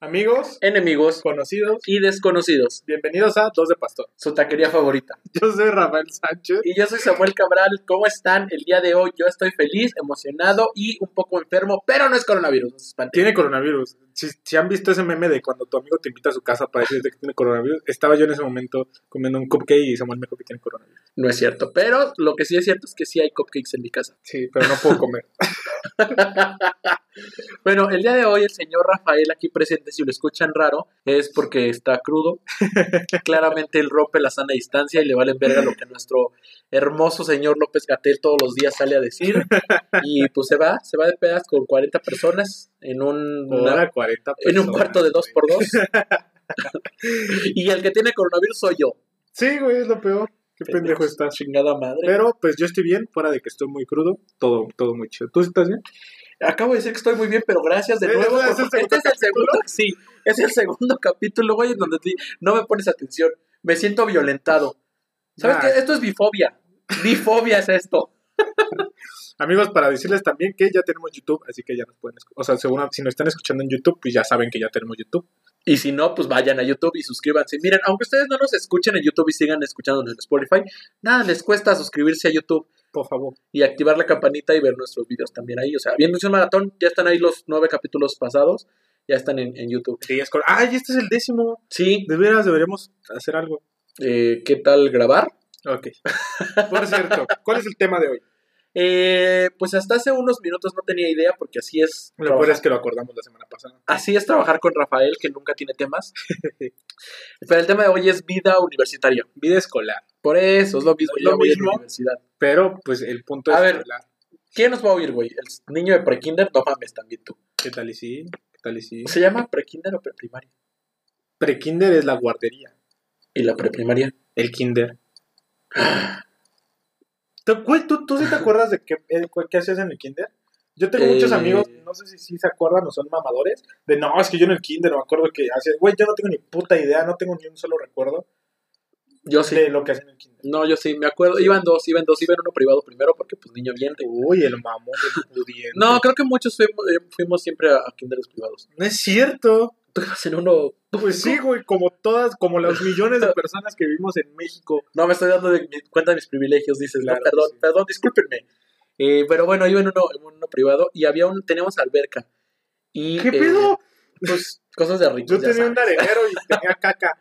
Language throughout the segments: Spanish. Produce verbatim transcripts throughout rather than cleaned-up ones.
Amigos, enemigos, conocidos y desconocidos. Bienvenidos a Dos de Pastor. Su taquería favorita. Yo soy Rafael Sánchez. Y yo soy Samuel Cabral. ¿Cómo están el día de hoy? Yo estoy feliz, emocionado y un poco enfermo, pero no es coronavirus. No se espanten. Tiene coronavirus. Si, si han visto ese meme de cuando tu amigo te invita a su casa para decirte que tiene coronavirus, estaba yo en ese momento comiendo un cupcake y Samuel me dijo que tiene coronavirus. No es cierto, pero lo que sí es cierto es que sí hay cupcakes en mi casa. Sí, pero no puedo comer. Bueno, el día de hoy el señor Rafael aquí presente, si lo escuchan raro, es porque está crudo. Claramente él rompe la sana distancia y le vale verga lo que nuestro hermoso señor López-Gatell todos los días sale a decir. Y pues se va, se va de pedas con cuarenta personas en un, Ahora cuarenta personas, en un cuarto de dos por dos. Y el que tiene coronavirus soy yo. Sí, güey, es lo peor. Qué pendejo estás. Chingada madre. Pero pues yo estoy bien, fuera de que estoy muy crudo, todo, todo muy chido. ¿Tú estás bien? Acabo de decir que estoy muy bien, pero gracias de ¿Es, nuevo. es el Este es el segundo, sí, es el segundo capítulo, güey, en donde ti- no me pones atención. Me siento violentado. ¿Sabes Ah. qué? Esto es bifobia. Bifobia es esto. Amigos, para decirles también que ya tenemos YouTube, así que ya nos pueden escuchar. O sea, según, si nos están escuchando en YouTube, pues ya saben que ya tenemos YouTube. Y si no, pues vayan a YouTube y suscríbanse. Miren, aunque ustedes no nos escuchen en YouTube y sigan escuchándonos en Spotify, nada les cuesta suscribirse a YouTube Por favor. y activar la campanita y ver nuestros videos también ahí. O sea, viendo un maratón, ya están ahí los nueve capítulos pasados, ya están en, en YouTube. Sí, es cor- ¡Ay, este es el décimo! Sí, De veras, deberíamos hacer algo. eh, ¿qué tal grabar? Ok. Por cierto, ¿cuál es el tema de hoy? Eh, pues hasta hace unos minutos no tenía idea porque así es Lo peor es que lo acordamos la semana pasada. así es trabajar con Rafael, que nunca tiene temas. Pero el tema de hoy es vida universitaria. Vida escolar. Por eso es lo mismo, Es yo lo voy a la mismo. universidad. Pero, pues, el punto es A ver. hablar. ¿Quién nos va a oír, güey? ¿El niño de prekinder? No mames, también tú. ¿Qué tal y sí? ¿Qué tal y sí? ¿Se llama prekinder o preprimaria? Prekinder es la guardería. ¿Y la preprimaria? El kinder. ¿Tú, güey, ¿tú, tú sí te acuerdas de qué, eh, qué hacías en el kinder? Yo tengo Eh, muchos amigos, no sé si sí se acuerdan o son mamadores, de no, es que yo en el kinder me acuerdo que hacía, güey, yo no tengo ni puta idea, no tengo ni un solo recuerdo Yo sí. de lo que hacía en el kinder. No, yo sí, me acuerdo. Iban dos, iban dos, iban uno privado primero porque pues niño bien. Uy, el mamón del pudiente. No, creo que muchos fuimos, eh, fuimos siempre a, a kinderes privados. No es cierto. ¿Tú ibas en uno? Pues sí, güey, como todas, como los millones de personas que vivimos en México. No, me estoy dando de, mi- cuenta de mis privilegios, dices. Claro, no, perdón, sí. perdón, discúlpenme. Eh, pero bueno, iba en uno, en uno privado y había un, teníamos alberca. Y, ¿Qué eh, pedo? Pues cosas de ricos. Yo ya tenía un sabes. arenero y tenía caca.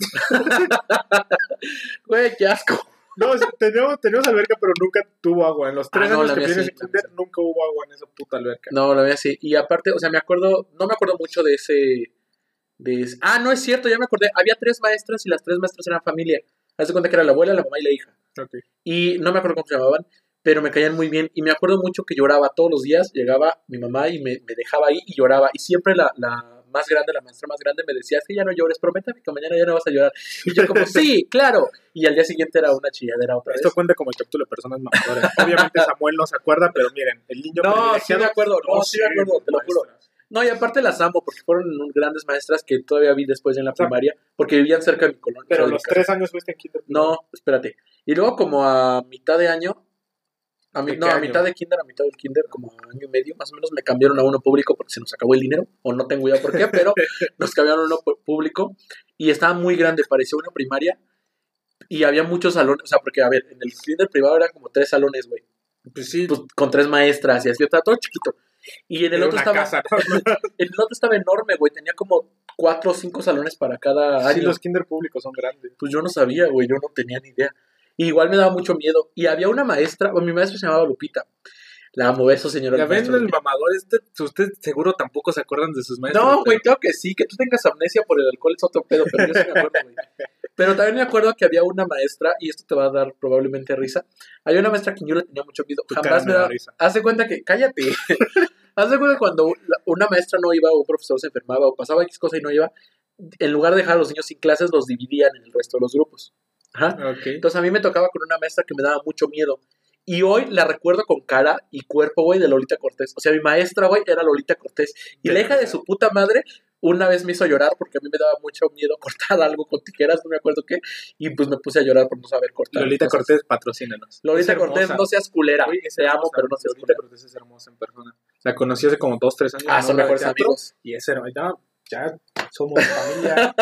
Güey, qué asco. No, sí, teníamos, teníamos alberca, pero nunca tuvo agua. En los tres Ah, no, años la que mía tienes sí, en la kinder, mía sí. nunca hubo agua en esa puta alberca. No, la verdad sí. Y aparte, o sea, me acuerdo, no me acuerdo mucho de ese, de ese- Ah, no es cierto, ya me acordé. Había tres maestras y las tres maestras eran familia. Haz de cuenta que era la abuela, la mamá y la hija. Ok. Y no me acuerdo cómo se llamaban, pero me caían muy bien. Y me acuerdo mucho que lloraba todos los días. Llegaba mi mamá y me, me dejaba ahí y lloraba. Y siempre la, la más grande, la maestra más grande, me decía, es que ya no llores, prométame que mañana ya no vas a llorar. Y yo como, sí, claro. Y al día siguiente era una chilladera otra vez. Esto cuenta como el capítulo de personas mamadoras. Obviamente Samuel no se acuerda, pero miren, el niño No, sí privilegiado- me acuerdo, no, sí me acuerdo, te lo juro. maestras. No, y aparte las amo porque fueron grandes maestras que todavía vi después en la O sea, primaria, porque vivían cerca de mi colonia. Pero o sea, de mi los casa. tres años fuiste en kinder. No, espérate. Y luego como a mitad de año, a mi- ¿De no, qué a año? mitad de kinder, a mitad del kinder, como año y medio, más o menos, me cambiaron a uno público porque se nos acabó el dinero, o no tengo idea por qué, pero nos cambiaron a uno pu- público y estaba muy grande, parecía una primaria y había muchos salones, o sea, porque, a ver, en el kinder privado eran como tres salones, güey, Pues sí, pues con tres maestras y así, estaba todo chiquito. Y en el era otro una estaba, casa, ¿no? el otro estaba enorme, güey, tenía como cuatro o cinco salones para cada Sí, área. los kinder públicos son grandes. Pues yo no sabía, güey, yo no tenía ni idea. Y igual me daba mucho miedo. Y había una maestra, bueno, mi maestra se llamaba Lupita. La amo, beso, señora. Ya ven maestra el Lupita. mamador este, usted seguro tampoco se acuerdan de sus maestros. No, güey, pero- claro que sí. Que tú tengas amnesia por el alcohol es otro pedo, pero yo sí me acuerdo, güey. Pero también me acuerdo que había una maestra, y esto te va a dar probablemente risa. Había una maestra que yo le tenía mucho miedo. Tu cara Jamás me me da daba. risa. Haz de cuenta que, cállate. Haz de cuenta cuando la- una maestra no iba, o un profesor se enfermaba, o pasaba X cosa y no iba, en lugar de dejar a los niños sin clases, los dividían en el resto de los grupos. Ajá. Ok. Entonces a mí me tocaba con una maestra que me daba mucho miedo. Y hoy la recuerdo con cara y cuerpo, güey, de Lolita Cortés. O sea, mi maestra, güey, era Lolita Cortés. Y De la hija de verdad. su puta madre una vez me hizo llorar porque a mí me daba mucho miedo cortar algo con tijeras, no me acuerdo qué. Y pues me puse a llorar por no saber cortar. Lolita cosas. Cortés, patrocínanos. Lolita Es Cortés, hermosa. no seas culera. Güey, es Te amo, hermosa. pero no seas Lolita culera. Cortés es hermosa en persona. La conocí hace como dos, tres años. Ah, en son una obra de mejores teatro, amigos. Y es hermosa. ya somos familia.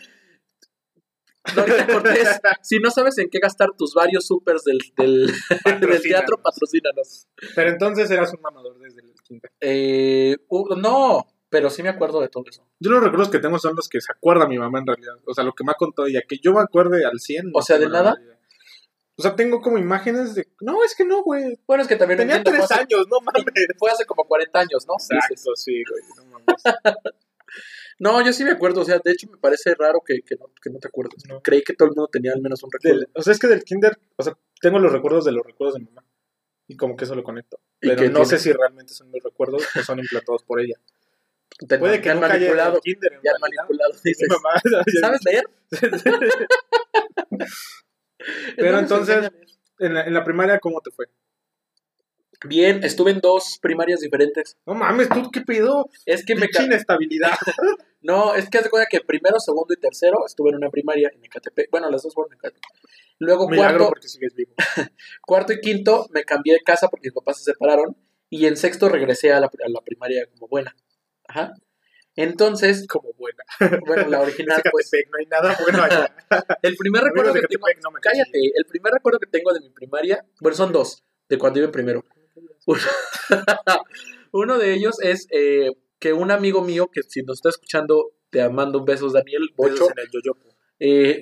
Dorita Cortés, si no sabes en qué gastar tus varios supers del, del, del teatro, patrocínanos. Pero entonces eras un mamador desde el kinder. Eh, uh, no, pero sí me acuerdo de todo eso. Yo los recuerdos que tengo son los que se acuerda mi mamá en realidad. O sea, lo que me ha contado ella, que yo me acuerde al cien. O sea, ¿de nada? O sea, tengo como imágenes de... No, es que no, güey. Bueno, es que también... Tenía tres hace... años, no mames. Fue hace como cuarenta años, ¿no? Exacto, sí, güey, no mames. No, yo sí me acuerdo, o sea, de hecho me parece raro que, que, no, que no te acuerdes. No. Creí que todo el mundo tenía al menos un recuerdo. Del, o sea, es que del kinder, o sea, tengo los recuerdos de los recuerdos de mi mamá. Y como que eso lo conecto. Pero no tiene? sé si realmente son mis recuerdos o son implantados por ella. Te, Puede que han nunca manipulado, haya kinder, ya han manipulado, dices. Mamá, ¿sabes leer? Pero entonces, en la, en la primaria, ¿cómo te fue? Bien, estuve en dos primarias diferentes. No mames, ¿tú qué pedo? Es que me... Ca... inestabilidad. No, es que haz de cuenta que primero, segundo y tercero estuve en una primaria en Ecatepec. Bueno, las dos fueron en Ecatepec. Luego Milagro cuarto... porque sigues vivo. Cuarto y quinto me cambié de casa porque mis papás se separaron. Y en sexto regresé a la, a la primaria como buena. Ajá. Entonces... Como buena. Bueno, la original, Ecatepec, pues... no hay nada bueno allá. El primer recuerdo que tengo... No cállate. El primer recuerdo que tengo de mi primaria... Bueno, son dos. De cuando iba en primero. Uno de ellos es eh, que un amigo mío, que si nos está escuchando, te mando un beso, Daniel Bocho. Besos en el yoyopo. Eh,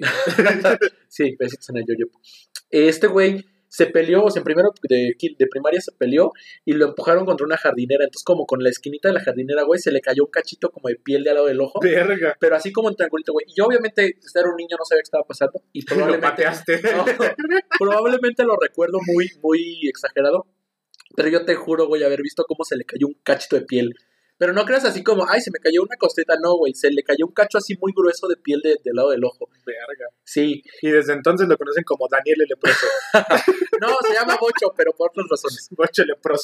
sí, besitos en el yoyopo. Este güey se peleó, o sea, en primero de, de primaria se peleó y lo empujaron contra una jardinera. Entonces, como con la esquinita de la jardinera, güey, se le cayó un cachito como de piel de al lado del ojo. Verga. Pero así como en triangulito, güey. Y yo, obviamente, era un niño, no sabía qué estaba pasando. Y probablemente. Lo pateaste. No, probablemente lo recuerdo muy, muy exagerado. Pero yo te juro, güey, haber visto cómo se le cayó un cachito de piel. Pero no creas así como, ay, se me cayó una costeta. No, güey, se le cayó un cacho así muy grueso de piel de, del lado del ojo. Verga. Sí. Y desde entonces lo conocen como Daniel el Leproso. No, se llama Bocho, pero por otras razones. Bocho Leproso.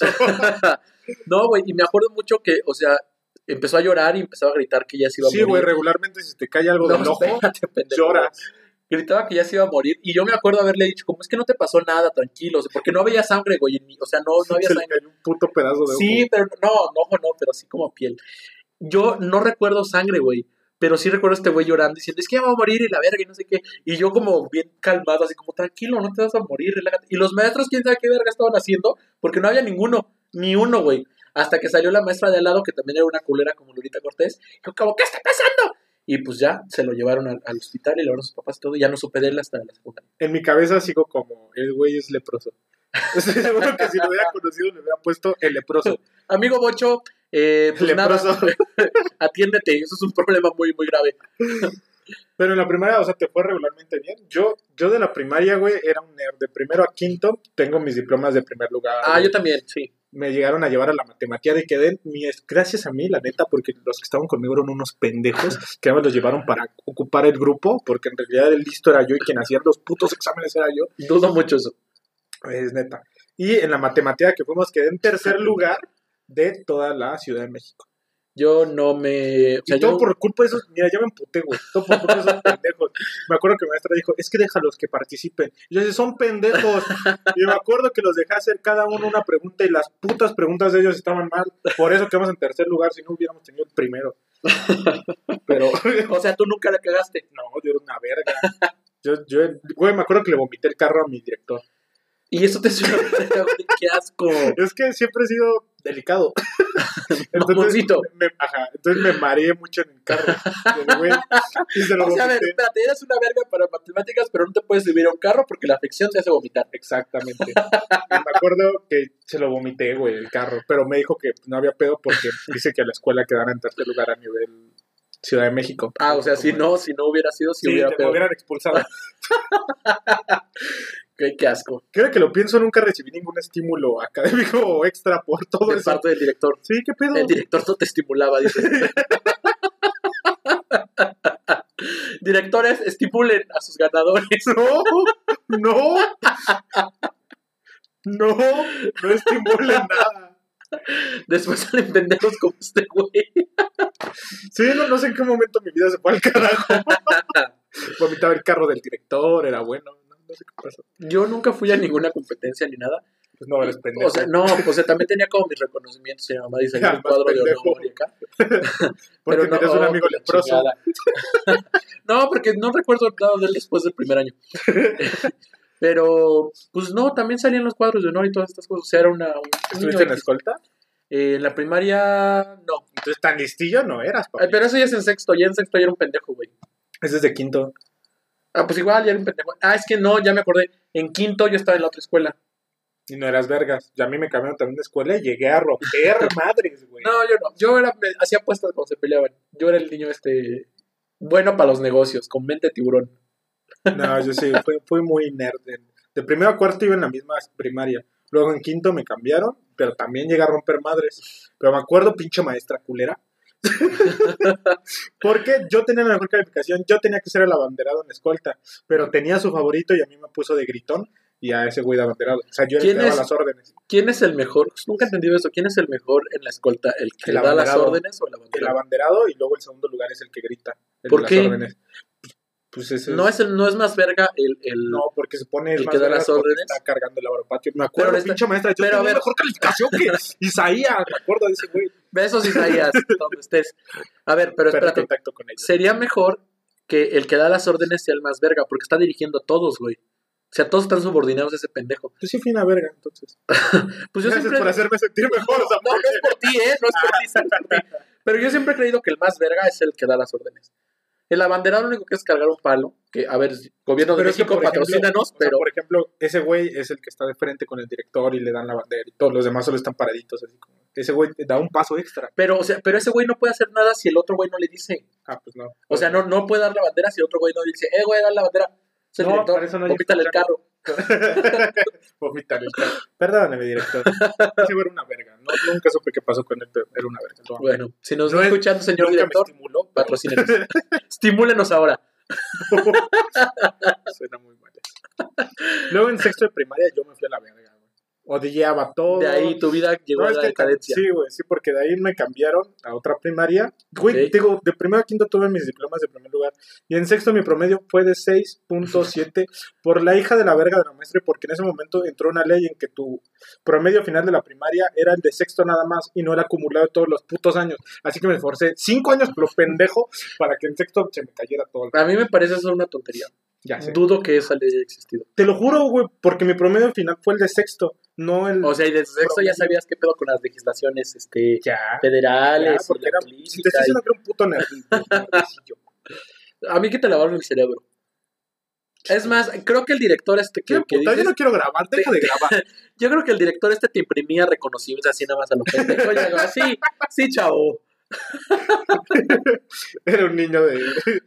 No, güey, y me acuerdo mucho que, o sea, empezó a llorar y empezaba a gritar que ya se iba a sí, morir. Sí, güey, regularmente si te cae algo no, del ojo, espérate, lloras. Gritaba que ya se iba a morir. Y yo me acuerdo haberle dicho, como es que no te pasó nada, tranquilo. O sea, porque no había sangre, güey. O sea, no, no había se sangre. Le cayó un puto pedazo de ojo. Sí, pero no, no, ojo no, pero sí como piel. Yo no recuerdo sangre, güey. Pero sí recuerdo a este güey llorando, diciendo, es que ya va a morir y la verga y no sé qué. Y yo como bien calmado, así como, tranquilo, no te vas a morir, relájate. Y los maestros, quién sabe qué verga estaban haciendo, porque no había ninguno, ni uno, güey. Hasta que salió la maestra de al lado, que también era una culera como Lurita Cortés. Y yo como, ¿qué está pasando? Y pues ya, se lo llevaron al, al hospital y le llevaron a sus papás y todo. Y ya no supe de él hasta la secundaria. En mi cabeza sigo como, el güey es leproso. Estoy seguro que si lo hubiera conocido le hubiera puesto el leproso. Amigo Bocho, eh, pues leproso. Nada, atiéndete, eso es un problema muy, muy grave. Pero en la primaria, o sea, te fue regularmente bien. Yo, yo de la primaria, güey, era un nerd. De primero a quinto tengo mis diplomas de primer lugar. Ah, güey. Yo también, sí. Me llegaron a llevar a la matemática de que den, gracias a mí, la neta, porque los que estaban conmigo eran unos pendejos que me los llevaron para ocupar el grupo, porque en realidad el listo era yo y quien hacía los putos exámenes era yo. Dudo mucho eso. Es neta. Y en la matemática que fuimos quedé en tercer lugar de toda la Ciudad de México. Yo no me... O sea, y todo yo... por culpa de esos... Mira, ya me emputé, güey. Todo por culpa de esos pendejos. Me acuerdo que mi maestra dijo, es que déjalos que participen. Y yo decía, son pendejos. Y me acuerdo que los dejé hacer cada uno una pregunta y las putas preguntas de ellos estaban mal. Por eso quedamos en tercer lugar, si no hubiéramos tenido el primero. Pero... o sea, tú nunca la cagaste. No, yo era una verga. Yo, yo, güey, me acuerdo que le vomité el carro a mi director. Y eso te suena, qué asco. Es que siempre he sido delicado. Entonces me, ajá, entonces me mareé mucho en el carro. Güey, y se lo o sea, a ver, vomité. espérate, eres una verga para matemáticas, pero no te puedes subir a un carro porque la fricción te hace vomitar. Exactamente. Me acuerdo que se lo vomité, güey, el carro. Pero me dijo que no había pedo porque dice que la escuela quedara en tercer lugar a nivel Ciudad de México. Ah, o sea, si no, si no hubiera sido, si sí, hubiera te pedo. me hubieran expulsado. Qué, qué asco. Creo que lo pienso, nunca recibí ningún estímulo académico o extra por todo de eso. De parte del director. Sí, qué pedo. El director no te estimulaba, dice. Directores, estimulen a sus ganadores. No, no. No, no estimulen nada. Después salen pendejos como este güey. Sí, no, no sé en qué momento mi vida se fue al carajo. Vomitaba el carro del director, era bueno. No sé qué pasó. Yo nunca fui a ninguna competencia ni nada, Pues no, eres pendejo. O sea, no, o sea, también tenía como mis reconocimientos. Y mi mamá dice, Ya, un cuadro más de pendejo. honor y acá. Porque Pero no, tenías un oh, amigo la leproso. chingada. No, porque no recuerdo nada de él después del primer año. Pero, pues no, también salían los cuadros de honor y todas estas cosas. O sea, era una... Un ¿Estuviste en la escolta? Eh, en la primaria, no. Entonces tan listillo no eras, papi. Ay, pero eso ya es en sexto. Ya en sexto ya era un pendejo, güey. Ese es de quinto. Ah, pues igual ya era un pendejo. Ah, es que no, ya me acordé. En quinto yo estaba en la otra escuela. Y no eras vergas. Ya a mí me cambiaron también de escuela y llegué a romper madres, güey. No, yo no. Yo era, me, hacía apuestas cuando se peleaban. Yo era el niño este... Bueno para los negocios, con mente tiburón. No, yo sí, fui, fui muy nerd. De primero a cuarto iba en la misma primaria. Luego en quinto me cambiaron, pero también llegué a romper madres. Pero me acuerdo, pinche maestra culera. Porque yo tenía la mejor calificación, yo tenía que ser el abanderado en la escolta, pero tenía su favorito y a mí me puso de gritón y a ese güey de abanderado. O sea, yo le daba las órdenes. ¿Quién es el mejor? Nunca he entendido eso. ¿Quién es el mejor en la escolta? ¿El que El da las abanderado. órdenes o el abanderado? El abanderado y luego el segundo lugar es el que grita. El ¿Por de qué? las órdenes. Pues ese No es... es, el, no es más verga el... el... No, porque se pone el más que da vergas las porque órdenes. está cargando el abropatio. Me acuerdo, Pero pinche está- maestra, yo pero tenía a ver- mejor calificación que Isaías. Me acuerdo de ese güey. Besos, Isaías, donde estés. A ver, pero Perdí espérate. contacto con ellos. Sería mejor que el que da las órdenes sea el más verga, porque está dirigiendo a todos, güey. O sea, todos están subordinados a ese pendejo. Yo sí fui una verga, entonces. Pues yo Gracias siempre... por hacerme sentir mejor. O sea, No, no es por ti, ¿eh? No es por ti, es por ti. Pero yo siempre he creído que el más verga es el que da las órdenes. El abanderado lo único que es cargar un palo, que, a ver, gobierno de Pero es que, México, por ejemplo, patrocínanos, o sea, pero... por ejemplo, ese güey es el que está de frente con el director y le dan la bandera y todos los demás solo están paraditos así como. Ese güey da un paso extra. Pero, o sea, pero ese güey no puede hacer nada si el otro güey no le dice. Ah, pues no. O sea, no, no puede dar la bandera si el otro güey no le dice, eh, güey, dar la bandera. Es el No, director, para eso no hay vomítale el escuchar. carro. Vomitar el carro. Perdóname, director. Ese güey era una verga. No, nunca supe qué pasó con él, pero era una verga. No, Bueno, si nos No está es- escuchando, señor nunca director, me estimuló. pero patrocínenos. Estimúlenos ahora. Suena muy mal. Luego en sexto de primaria yo me fui a la verga, güey. Odiaba todo. De ahí tu vida llegó No, a es la que decadencia. Sí, güey, sí, porque de ahí me cambiaron a otra primaria. Güey, Ok. digo, de primero a quinto tuve mis diplomas de primer lugar. Y en sexto mi promedio fue de seis punto siete por la hija de la verga de la maestra, porque en ese momento entró una ley en que tu promedio final de la primaria era el de sexto nada más y no era acumulado de todos los putos años. Así que me esforcé cinco años, pero pendejo, para que en sexto se me cayera todo. el- A mí me parece eso una tontería. Ya sé. Dudo que esa ley haya existido. Te lo juro, güey, porque mi promedio final fue el de sexto, no el... O sea, y desde sexto Promedio. ya sabías qué pedo con las legislaciones este, ya. federales Ya, y porque la era, política. si te estoy diciendo que era un puto nerd- nerdecillo. y- A mí que te lavaron el cerebro. Es más, creo que el director este que, ¿Qué que puta? dices, Yo no quiero grabar, deja de grabar. yo creo que el director este te imprimía reconocibles así nada más a lo pendejo. Y algo así, sí, chavo. Era un niño de...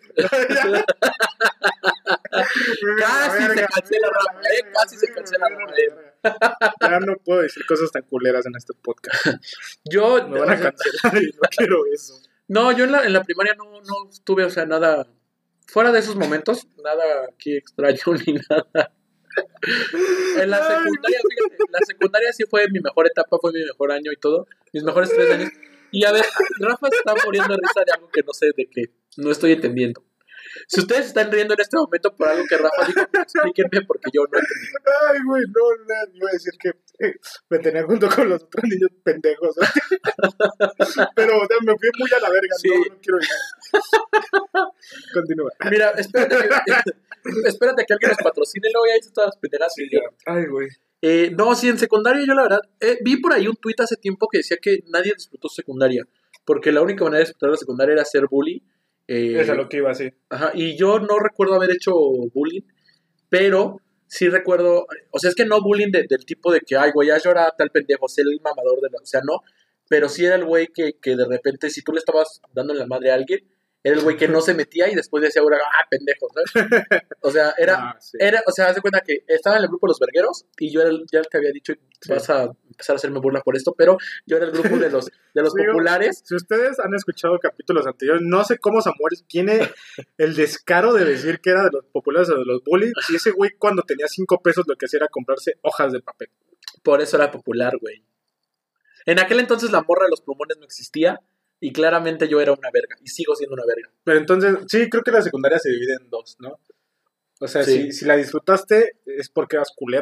Casi se cancela Rafa, ¿eh? Casi se cancela Rafa. Ya no puedo decir cosas tan culeras en este podcast. Yo, Me van a o sea, cancelar y no quiero eso. no, yo en la, en la primaria no, no tuve, o sea, nada, fuera de esos momentos, nada aquí extraño ni nada. En la secundaria, fíjate, la secundaria sí fue mi mejor etapa, fue mi mejor año y todo, mis mejores tres años. Y a ver, Rafa está muriendo de risa de algo que no sé de qué, no estoy entendiendo. Si ustedes están riendo en este momento por algo que Rafa dijo, explíquenme porque yo no entendí. Ay, güey, no, no, iba a decir que eh, me tenía junto con los otros niños pendejos. Pero o sea, me fui muy a la verga, Sí. no, no quiero ir. Continúa. Mira, espérate que, espérate que alguien nos patrocine y luego ya hice todas las pendejadas. Sí, ya. Ay, güey. Eh, no, sí, en secundaria yo la verdad, eh, vi por ahí un tuit hace tiempo que decía que nadie disfrutó secundaria, porque la única manera de disfrutar la secundaria era ser bully. Eh, Es a lo que iba, sí. ajá, y yo no recuerdo haber hecho bullying, pero sí recuerdo, o sea, es que no bullying de- del tipo de que, ay, güey, ya llora tal pendejo, ser el mamador de la, o sea, no, pero sí era el güey que, que de repente, si tú le estabas dando la madre a alguien, era el güey que no se metía y después decía, ahora, ah, pendejo, ¿sabes? O sea, era, Ah, sí. era, o sea, haz de cuenta que estaba en el grupo de los vergueros y yo era el, ya el que había dicho, Sí. vas a empezar a hacerme burla por esto, pero yo era el grupo de los, de los Sí, yo- populares. Si ustedes han escuchado capítulos anteriores, no sé cómo Samuel tiene el descaro de decir que era de los populares o de los bullies. Y ese güey, cuando tenía cinco pesos, lo que hacía era comprarse hojas de papel. Por eso era popular, güey. En aquel entonces la morra de los plumones no existía y claramente yo era una verga y sigo siendo una verga. Pero entonces, sí, creo que la secundaria se divide en dos, ¿no? O sea, Sí. si, si la disfrutaste es porque eras culero,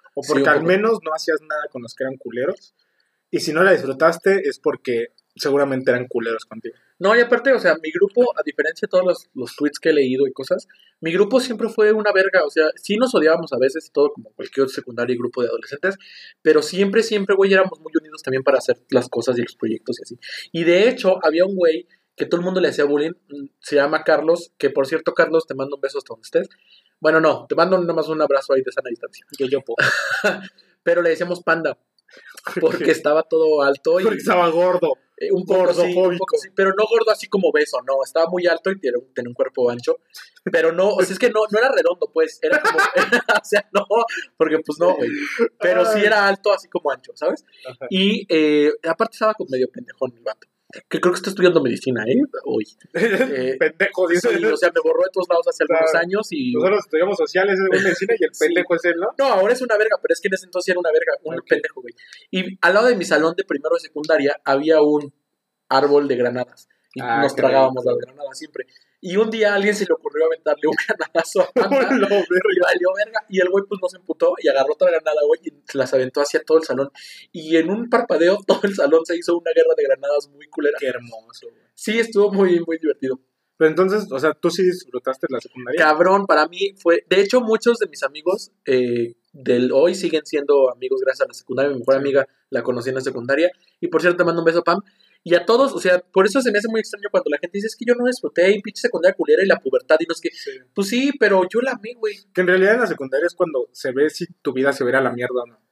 o porque sí, al menos no hacías nada con los que eran culeros. Y si no la disfrutaste es porque seguramente eran culeros contigo. No, y aparte, o sea, mi grupo, a diferencia de todos los, los tweets que he leído y cosas, mi grupo siempre fue una verga, o sea, sí nos odiábamos a veces y todo, como cualquier otro secundario y grupo de adolescentes, pero siempre, siempre, güey, éramos muy unidos también para hacer las cosas y los proyectos y así. Y de hecho, había un güey que todo el mundo le hacía bullying, se llama Carlos, que por cierto, Carlos, te mando un beso hasta donde estés. Bueno, no, te mando nomás un abrazo ahí de sana distancia. Yo, yo, po. Pero le decíamos Panda, porque estaba todo alto y... Porque estaba gordo. Eh, un poco sí, un poco sí, pero no gordo así como beso, no, estaba muy alto y tenía un, tenía un cuerpo ancho, pero no, o sea, es que no, no era redondo, pues, era como, o sea, no, porque pues no, güey, pero sí era alto así como ancho, ¿sabes? Ajá. Y eh, aparte estaba como medio pendejón el vato, que creo que está estudiando medicina, ¿eh? Hoy. Eh, pendejo, dice. Sí, o sea, me borró de todos lados hace o sea, algunos años y... Nosotros estudiamos sociales, es de medicina y el sí. pendejo es él, ¿no? No, ahora es una verga, pero es que en ese entonces era una verga, un okay. pendejo, güey. Y al lado de mi salón de primero de secundaria había un árbol de granadas y ah, nos tragábamos las granadas siempre. Y un día a alguien se le ocurrió aventarle un granadazo a Panda y valió verga. Y el güey pues no se emputó y agarró otra granada, güey, y las aventó hacia todo el salón. Y en un parpadeo todo el salón se hizo una guerra de granadas muy culera. Qué hermoso, güey. Sí, estuvo muy, muy divertido. Pero entonces, o sea, ¿tú sí disfrutaste la secundaria? Cabrón, para mí fue... De hecho, muchos de mis amigos eh, del hoy siguen siendo amigos gracias a la secundaria. Mi mejor sí. amiga la conocí en la secundaria. Y por cierto, te mando un beso, Pam. Y a todos, o sea, por eso se me hace muy extraño cuando la gente dice, es que yo no disfruté y pinche secundaria culera y la pubertad, y no es que, sí. pues sí, pero yo la amé, güey. Que en realidad en la secundaria es cuando se ve si tu vida se verá a la mierda o no.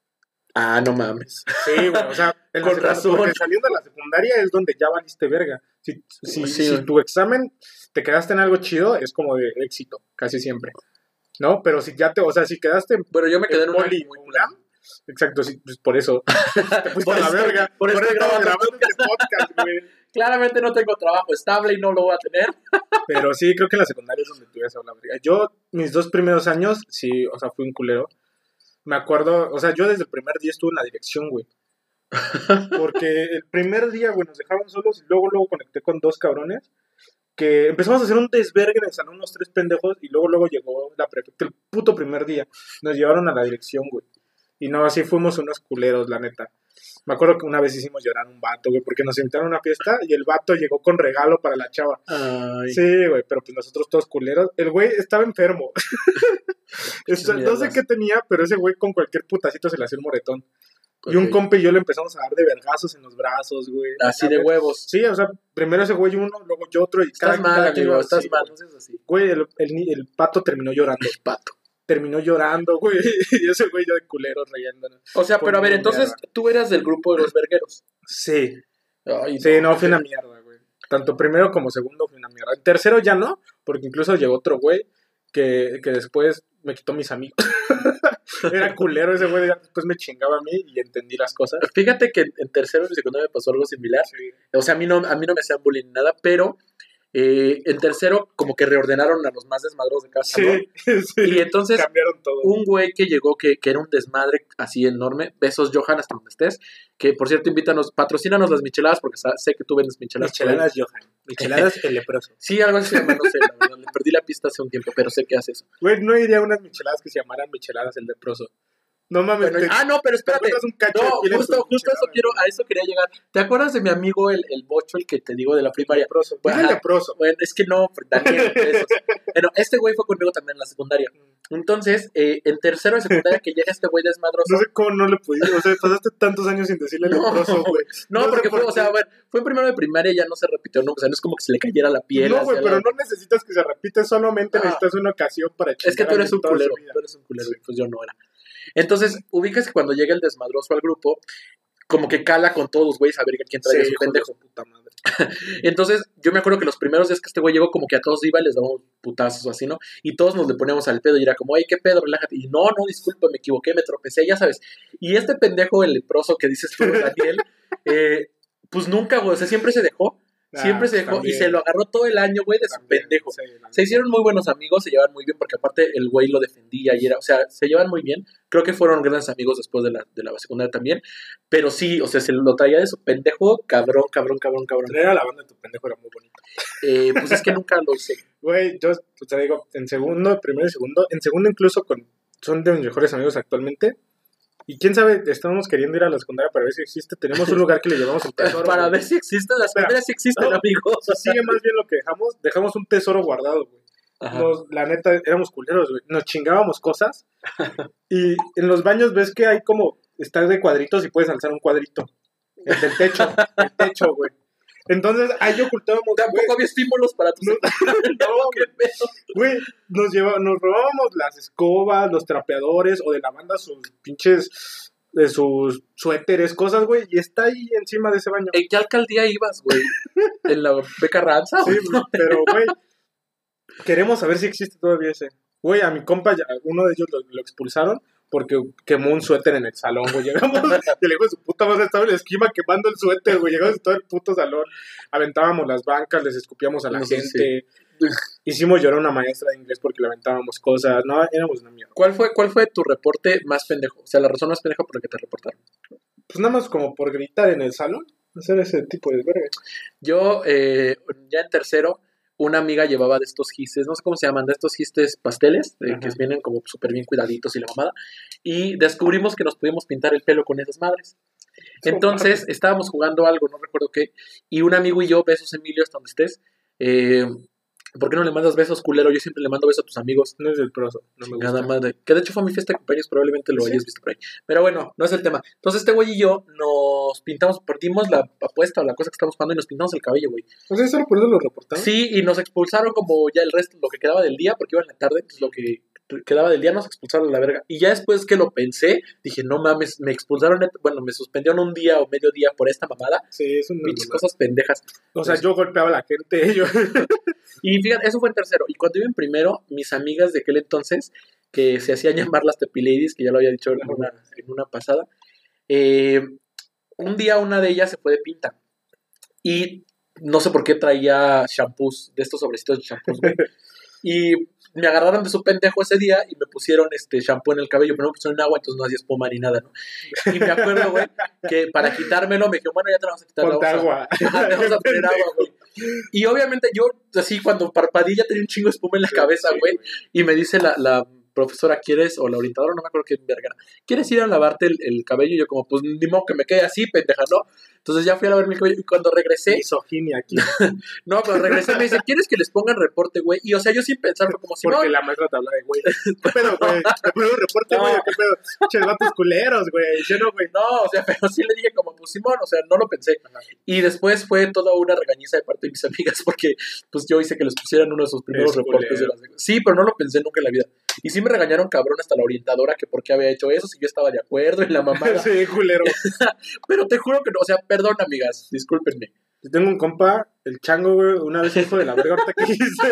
Ah, no mames. Sí, güey, o sea, en con razón. Porque saliendo de la secundaria es donde ya valiste verga. Si, si, sí, si tu examen te quedaste en algo chido, es como de éxito, casi siempre. ¿No? Pero si ya te, o sea, si quedaste... Pero yo me quedé en, en un poli, muy UNAM, exacto, sí, pues por eso te fuiste por a la eso, verga. Por, por eso estamos grabando este podcast, güey. Claramente no tengo trabajo estable y no lo voy a tener. Pero sí, creo que en la secundaria es donde tú ibas a la verga. Yo, mis dos primeros años, sí, o sea, fui un culero. Me acuerdo, o sea, yo desde el primer día estuve en la dirección, güey. Porque el primer día, güey, nos dejaban solos y luego, luego conecté con dos cabrones que empezamos a hacer un desvergue en el salón, unos tres pendejos, y luego, luego llegó la prefecta el puto primer día. Nos llevaron a la dirección, güey. Y no, así fuimos unos culeros, la neta. Me acuerdo que una vez hicimos llorar a un vato, güey, porque nos invitaron a una fiesta y el vato llegó con regalo para la chava. Ay. Sí, güey, pero pues nosotros todos culeros. El güey estaba enfermo. Esto, no sé qué tenía, pero ese güey con cualquier putacito se le hacía un moretón. Okay. Y un compa y yo le empezamos a dar de vergazos en los brazos, güey. Así de huevos. Sí, o sea, primero ese güey uno, luego yo otro. Y estás cada, mal, cada amigo, iba, estás sí, mal, güey. no seas así. Güey, el, el, el pato terminó llorando. El pato. Terminó llorando, güey. Y ese güey yo de culero riéndonos. O sea, pero a ver, entonces mierda. Tú eras del grupo de los vergueros. Sí. Ay, sí, no, no fui una mierda, güey. Tanto primero como segundo fui una mierda. El tercero ya no, porque incluso llegó otro güey que, que después me quitó mis amigos. Era culero ese güey, después me chingaba a mí y entendí las cosas. Fíjate que en tercero y secundaria me pasó algo similar. Sí. O sea, a mí no, a mí no me hacían bullying ni nada, pero eh, en tercero como que reordenaron a los más desmadros de casa, sí, ¿no? Sí, y entonces cambiaron todo. Un güey que llegó que, que era un desmadre así enorme. Besos, Johan, hasta donde estés. Que por cierto, invítanos, patrocínanos las micheladas porque sé que tú vendes micheladas. Micheladas, Johan. Micheladas el leproso. Sí, algo así se llama, no sé, la verdad, le perdí la pista hace un tiempo, pero sé que hace eso. Güey, no iría a unas micheladas que se llamaran micheladas el leproso. No mames. Bueno, te, ah, no, pero espérate. Un cacho no, justo, justo eso quiero, a eso quería llegar. ¿Te acuerdas de mi amigo el, el bocho, el que te digo de la primaria? El leproso. Bueno, el leproso. Bueno, es que no, Daniel. Esos. Bueno, este güey fue conmigo también en la secundaria. Entonces, eh, en tercero de secundaria que llega este güey desmadroso. No sé cómo no le pudiste, o sea, pasaste tantos años sin decirle no, leproso, güey. No, no porque fue, o sea, a ver, fue en primero de primaria y ya no se repitió, ¿no? O sea, no es como que se le cayera la piel. No, güey, pero la... no necesitas que se repita, solamente ah, necesitas una ocasión para chingar. Es que tú eres un culero, tú eres un culero, sí. Pues yo no era. Entonces, ubicas que cuando llega el desmadroso al grupo, como que cala con todos los güeyes a ver quién trae sí, su pendejo. Puta madre. Entonces, yo me acuerdo que los primeros días que este güey llegó, como que a todos iba y les dábamos putazos o así, ¿no? Y todos nos le poníamos al pedo y era como, ay, ¿qué pedo? Relájate. Y no, no, disculpa, me equivoqué, me tropecé, ya sabes. Y este pendejo, el leproso que dices tú, Daniel, eh, pues nunca, güey, o sea, siempre se dejó. Siempre ah, se dejó también. Y se lo agarró todo el año, güey, de su también, pendejo. Sí, se hicieron muy buenos amigos, se llevan muy bien, porque aparte el güey lo defendía y era, o sea, se llevan muy bien. Creo que fueron grandes amigos después de la, de la secundaria también. Pero sí, o sea, se lo traía de su pendejo, cabrón, cabrón, cabrón, cabrón. Traer a la banda de tu pendejo era muy bonito. Eh, pues es que nunca lo hice. Güey, yo te digo, en segundo, primero y segundo, en segundo incluso con son de mis mejores amigos actualmente. Y quién sabe, estamos queriendo ir a la secundaria para ver si existe. Tenemos un lugar que le llevamos el tesoro. Para güey. ver si existen, las secundarias sí existen, no, amigos. Si sigue más bien lo que dejamos, dejamos un tesoro guardado, güey. Nos, la neta, éramos culeros, güey. Nos chingábamos cosas. Y en los baños ves que hay como, está de cuadritos y puedes alzar un cuadrito. El del techo, el techo, güey. Entonces, ahí ocultábamos. Tampoco güey, había estímulos para tus. no, no, ¿Qué pedo? güey, nos, lleva, nos robábamos las escobas, los trapeadores o de la banda sus pinches, de sus suéteres, cosas, güey, y está ahí encima de ese baño. ¿En qué alcaldía ibas, güey? ¿En la Beca Ranza? Sí, pero, güey, queremos saber si existe todavía ese. Güey, a mi compa, ya, uno de ellos lo, lo expulsaron porque quemó un suéter en el salón, güey. Llegamos y el hijo de su puta madre estaba en la esquina quemando el suéter, güey. Llegamos a todo el puto salón, aventábamos las bancas, les escupíamos a la No sé, gente. Sí. Hicimos llorar a una maestra de inglés porque le aventábamos cosas. No, éramos una mierda. ¿Cuál fue, ¿Cuál fue tu reporte más pendejo? O sea, la razón más pendeja por la que te reportaron. Pues nada más como por gritar en el salón, hacer ese tipo de verga. Yo, eh, ya en tercero, una amiga llevaba de estos gistes, no sé cómo se llaman, de estos gistes pasteles, eh, que vienen como súper bien cuidaditos y la mamada, y descubrimos que nos podíamos pintar el pelo con esas madres. Entonces, estábamos jugando algo, no recuerdo qué, y un amigo y yo, besos Emilio, hasta donde estés, eh, ¿por qué no le mandas besos, culero? Yo siempre le mando besos a tus amigos. No es del proso, no me gusta. Nada más de, que de hecho fue mi fiesta de cumpleaños, probablemente lo ¿Sí? hayas visto por ahí. Pero bueno, no es el tema. Entonces este güey y yo nos pintamos, perdimos la apuesta o la cosa que estamos jugando y nos pintamos el cabello, güey. O sea, ¿solo por eso lo reportaron? Sí, y nos expulsaron como ya el resto, lo que quedaba del día, porque iba en la tarde, pues lo que quedaba del día nos expulsaron a la verga. Y ya después que lo pensé, dije, no mames, me expulsaron, bueno, me suspendieron un día o medio día por esta mamada. Sí, es una Pinches mamada. cosas pendejas. O sea, yo golpeaba a la gente, yo... Y fíjate, eso fue en tercero. Y cuando iba en primero, mis amigas de aquel entonces, que se hacían llamar las Tepiladies, que ya lo había dicho en una, en una pasada, eh, un día una de ellas se fue de pinta. Y no sé por qué traía shampoos, de estos sobrecitos de shampoos, güey. Y me agarraron de su pendejo ese día y me pusieron este shampoo en el cabello, pero no me pusieron en agua, entonces no hacía espuma ni nada, ¿no? Y me acuerdo, güey, que para quitármelo me dijeron, bueno, ya te lo vamos a quitar. Ponte vamos agua. A, te vamos a poner agua, güey. Y obviamente yo, así, cuando parpadeé ya tenía un chingo de espuma en la cabeza, güey. Sí, y me dice la, la profesora, ¿quieres? O la orientadora, no me acuerdo qué verga. ¿Quieres ir a lavarte el, el cabello? Y yo como, pues ni modo que me quede así, pendeja, ¿no? Entonces ya fui a lavar mi cabello y cuando regresé... Misoginia aquí. No, cuando regresé me dice, ¿quieres que les pongan reporte, güey? Y o sea, yo sin pensar, fue como si Porque no... la maestra te habla de güey. ¿Qué pedo, güey? ¿Te pongo un reporte, güey? No. ¿Qué pedo? Che, vatos culeros, güey. Yo no, güey. No, o sea, pero sí le dije como, pues Simón, o sea, no lo pensé. Ajá. Y después fue toda una regañiza de parte de mis amigas porque pues yo hice que les pusieran uno de sus primeros Es reportes culero. de las... Sí, pero no lo pensé nunca en la vida. Y sí me regañaron cabrón hasta la orientadora que por qué había hecho eso, si yo estaba de acuerdo en la mamada. Sí, culero. Pero te juro que no, o sea, perdón, amigas, discúlpenme. Yo tengo un compa, el chango, güey, una vez hijo de la verga, ahorita que hice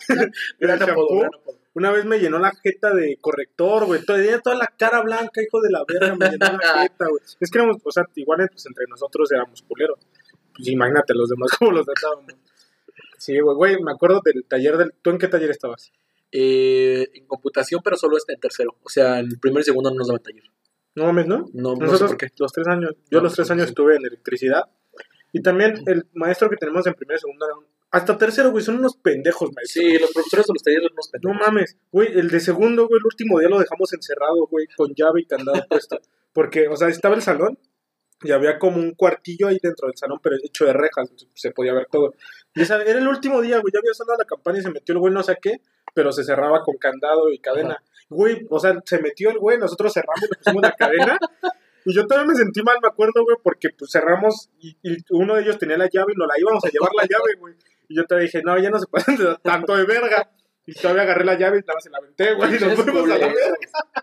Gran el apodo, shampoo, gran apodo. una vez me llenó la jeta de corrector, güey, tenía toda la cara blanca, hijo de la verga, me llenó la jeta, güey. Es que éramos, o sea, igual pues, entre nosotros éramos culeros. Pues imagínate los demás cómo los tratábamos. Sí, güey, güey, me acuerdo del taller del... ¿Tú en qué taller estabas? Eh, en computación, pero solo está en tercero. O sea, en primero y segundo no nos daban taller. No mames, ¿no? No, no Nosotros, sé por qué. los tres años, yo No, los tres sí, años sí. estuve en electricidad. Y también el maestro que tenemos en primero y segundo era un... Hasta tercero, güey, son unos pendejos, maestro. Sí, los profesores de los talleres son unos No pendejos. mames, güey, el de segundo, güey, el último día lo dejamos encerrado, güey, con llave y candado puesto. Porque, o sea, estaba el salón y había como un cuartillo ahí dentro del salón, pero hecho de rejas, se podía ver todo. Y esa, era el último día, güey, ya había sonado la campana y se metió el güey, no sé qué, pero se cerraba con candado y cadena. Ajá. Güey, o sea, se metió el güey, nosotros cerramos y le pusimos la cadena. Y yo todavía me sentí mal, me acuerdo, güey, porque pues cerramos y, y uno de ellos tenía la llave y nos la íbamos a llevar la llave, güey. Y yo todavía dije, no, ya no se pasan de tanto de verga. Y todavía agarré la llave y nada más se la aventé, güey, y nos fuimos a la verga.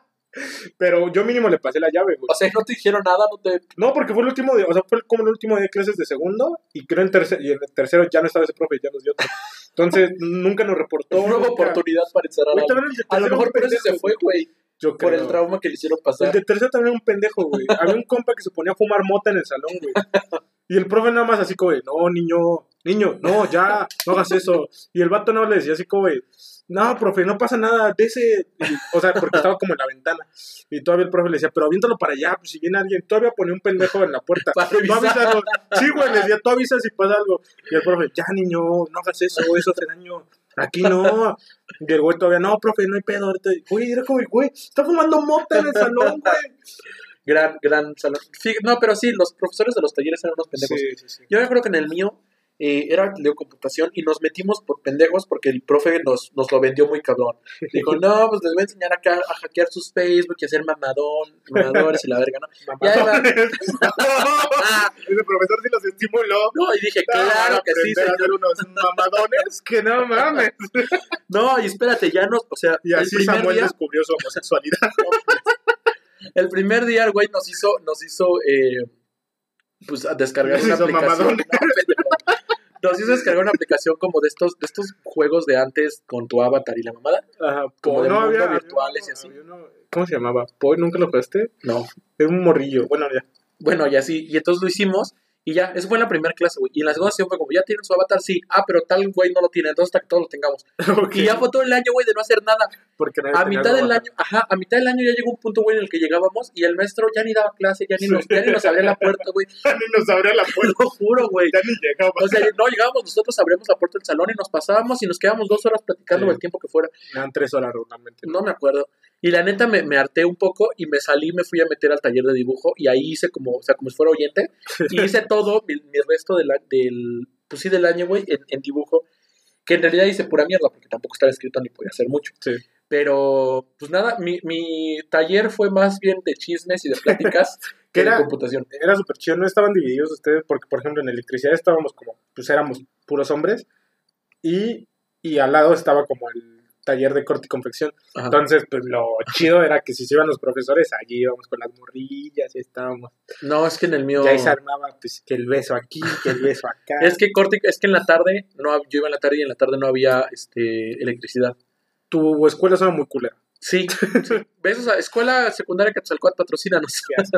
Pero yo mínimo le pasé la llave, güey. O sea, no te dijeron nada, no te... No, porque fue el último día, o sea, fue como el último día de clases de segundo, y creo en tercero, y en el tercero ya no estaba ese profe, ya nos dio otro. Entonces, nunca nos reportó. Nueva nunca... oportunidad para encerrar Güey, a también el de A lo tercero mejor un por eso pendejo, se fue, güey. Yo Por creo. el trauma que le hicieron El pasar. de tercero también era un pendejo, güey. Había un compa que se ponía a fumar mota en el salón, güey. Y el profe nada más así como, de, no, niño, niño, no, ya, no hagas eso. Y el vato no le decía así como, de, no, profe, no pasa nada, de ese... O sea, porque estaba como en la ventana. Y todavía el profe le decía, pero aviéntalo para allá, pues si viene alguien. Todavía ponía un pendejo en la puerta. Para Tú revisar. avísanos. Sí, güey, le decía, tú avisas si pasa algo. Y el profe, ya, niño, no hagas eso, eso hace daño. Aquí no. Y el güey todavía, no, profe, no hay pedo. Ahorita, güey, era como, güey, está fumando mota en el salón, güey. Gran, gran salón. Sí, no, pero sí, los profesores de los talleres eran unos pendejos. Sí, sí, sí. Yo me acuerdo que en el mío eh, era de computación y nos metimos por pendejos porque el profe nos, nos lo vendió muy cabrón. Dijo, no, pues les voy a enseñar acá a hackear sus Facebook y a hacer mamadón, mamadores y la verga, ¿no? Mamadores. Ese profesor sí los estimuló. No, y dije, claro que sí, señor. señor. Unos mamadones que no mames. No, y espérate, ya nos, o sea, y así el primer Samuel día, descubrió su homosexualidad. el primer día el güey nos hizo, nos hizo, eh, pues, a descargar Nos una hizo aplicación. No, pendejo. Nos hizo descargar una aplicación como de estos, de estos juegos de antes con tu avatar y la mamada. Ajá, como po, de no mundo había, virtuales había uno, y así. había uno, ¿cómo se llamaba? ¿Poi? ¿Nunca lo jugaste? No. Es un morrillo. Bueno, ya. Bueno, y así, y entonces lo hicimos, y ya, eso fue en la primera clase, güey. Y en la segunda sesión fue como, ¿ya tienen su avatar? Sí. Ah, pero tal güey no lo tiene, entonces hasta que todos lo tengamos. Okay. Y ya fue todo el año, güey, de no hacer nada. Porque a mitad del año, ajá, a mitad del año ya llegó un punto, güey, en el que llegábamos y el maestro ya ni daba clase, ya ni nos, ya ni nos abría la puerta, güey. Ya ni nos abría la puerta. Lo juro, güey. Ya ni llegábamos. O sea, no llegábamos, nosotros abríamos la puerta del salón y nos pasábamos y nos quedábamos dos horas platicando, sí, el tiempo que fuera. Eran tres horas realmente. No me acuerdo. Y la neta me, me harté un poco y me salí, me fui a meter al taller de dibujo y ahí hice como, o sea, como si fuera oyente, y hice todo mi, mi resto de la, del, pues sí, del año, güey, en, en dibujo, que en realidad hice pura mierda porque tampoco estaba escrito ni podía hacer mucho. Sí. Pero, pues nada, mi, mi taller fue más bien de chismes y de pláticas que era, de computación. Era súper chido, no estaban divididos ustedes porque, por ejemplo, en electricidad estábamos como, pues éramos puros hombres y, y al lado estaba como el taller de corte y confección. Ajá. Entonces, pues lo chido era que si se iban los profesores, allí íbamos con las morrillas y estábamos. No, es que en el mío... Y ahí se armaba, pues, que el beso aquí, que el beso acá. Es que corte, es que en la tarde, no, yo iba en la tarde y en la tarde no había este, electricidad. Tu escuela suena muy culera. Sí. sí. ¿Ves? O sea, escuela secundaria Quetzalcóatl, patrocínanos.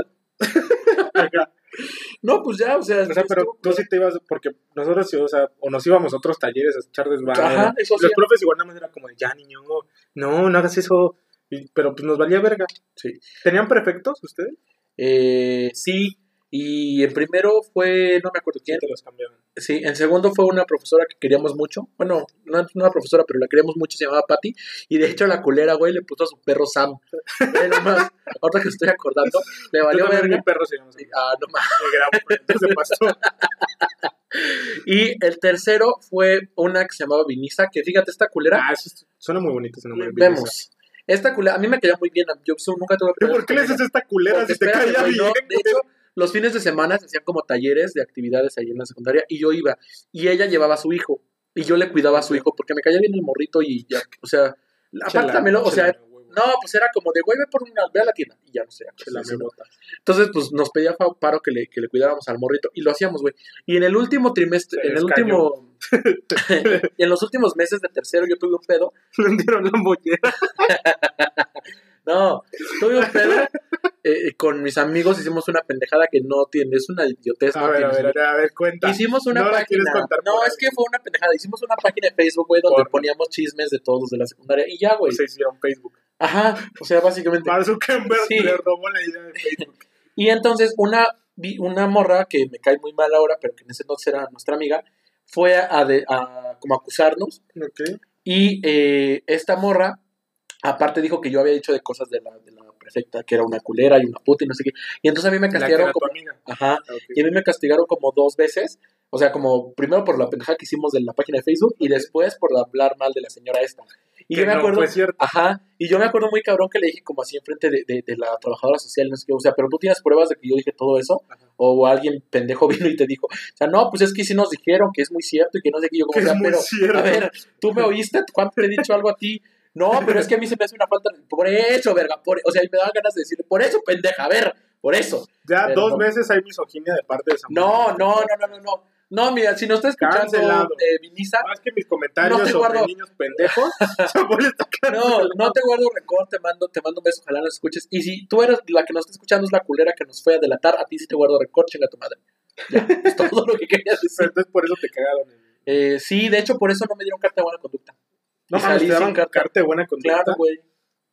No, pues ya, o sea... O sea, pero estuvo, tú sí te ibas, porque nosotros, o sea, o nos íbamos a otros talleres a echar desván. Ajá, eso sí. Los profes igual nada más era como de, ya, niño, no, no hagas eso. Y, pero pues nos valía verga. Sí. ¿Tenían prefectos ustedes? Eh, sí, y en primero fue, no me acuerdo quién. Sí, te los cambiaron. Sí, en segundo fue una profesora que queríamos mucho. Bueno, no, no una profesora, pero la queríamos mucho, se llamaba Patty. Y de hecho la culera, güey, le puso a su perro Sam. Era más, ahorita que estoy acordando, le valió verga. Mi perro se llama Sam. Ah, no más. Entonces pasó. Y el tercero fue una que se llamaba Vinisa, que fíjate, esta culera. Ah, eso suena muy bonito ese nombre. Vemos. Esta culera, a mí me caía muy bien. Yo nunca tuve. ¿Pero por qué le haces esta culera Porque si te caía bien? No, de hecho, los fines de semana se hacían como talleres de actividades ahí en la secundaria y yo iba. Y ella llevaba a su hijo. Y yo le cuidaba a su hijo porque me caía bien el morrito y ya. O sea, aparte también, o sea, no, pues era como de, güey, ve por una, ve a la tienda. Y ya no sé. Pues, sí, no. Entonces, pues nos pedía paro que le, que le cuidáramos al morrito y lo hacíamos, güey. Y en el último trimestre, se en el último. Y en los últimos meses de tercero yo tuve un pedo. Le dieron la mollera. No, tuve un pedo. Eh, con mis amigos hicimos una pendejada que no tiene, es una idiotez. A no ver, tiene, a ver, a ver, cuenta. Hicimos una no página. No, es que fue una pendejada. Hicimos una página de Facebook, güey, donde Porno. poníamos chismes de todos los de la secundaria y ya, güey. Se hicieron Facebook. Ajá, o sea, básicamente. Mark Zuckerberg sí. le robó la idea de Facebook. Y entonces una, una morra que me cae muy mal ahora, pero que en ese entonces era nuestra amiga, fue a, de, a como acusarnos. Okay. Y eh, esta morra, aparte dijo que yo había dicho de cosas de la, de la prefecta, que era una culera y una puta y no sé qué. Y entonces a mí me castigaron como... Ajá. Okay. Y a mí me castigaron como dos veces. O sea, como primero por la pendejada que hicimos de la página de Facebook y después por hablar mal de la señora esta. Y que yo me no acuerdo... Fue cierto. Ajá. Y yo me acuerdo muy cabrón que le dije como así enfrente de, de, de la trabajadora social, no sé qué. O sea, pero tú tienes pruebas de que yo dije todo eso. Ajá. O alguien pendejo vino y te dijo, o sea, no, pues es que sí nos dijeron que es muy cierto y que no sé qué. Yo como, o sea, pero, cierto. A ver, ¿tú me oíste? ¿Cuándo te he dicho algo a ti? No, pero es que a mí se me hace una falta. Por eso, verga. Por, o sea, me daban ganas de decirle, por eso, pendeja, a ver, por eso. Ya pero dos no. veces hay misoginia de parte de esa No, no, no, no, no, no. No, mira, si no estás escuchando eh, Vinisa. Más que mis comentarios no sobre guardo... niños pendejos. No, no te guardo rencor, te mando, te mando un beso, ojalá nos escuches. Y si tú eres la que nos está escuchando, es la culera que nos fue a delatar, a ti sí te guardo rencor, chinga tu madre. Ya, es todo lo que querías decir. Pero entonces por eso te cagaron. Eh, sí, de hecho, por eso no me dieron carta de buena conducta. No, mames, te daban carta, carta de buena conducta. Claro, güey.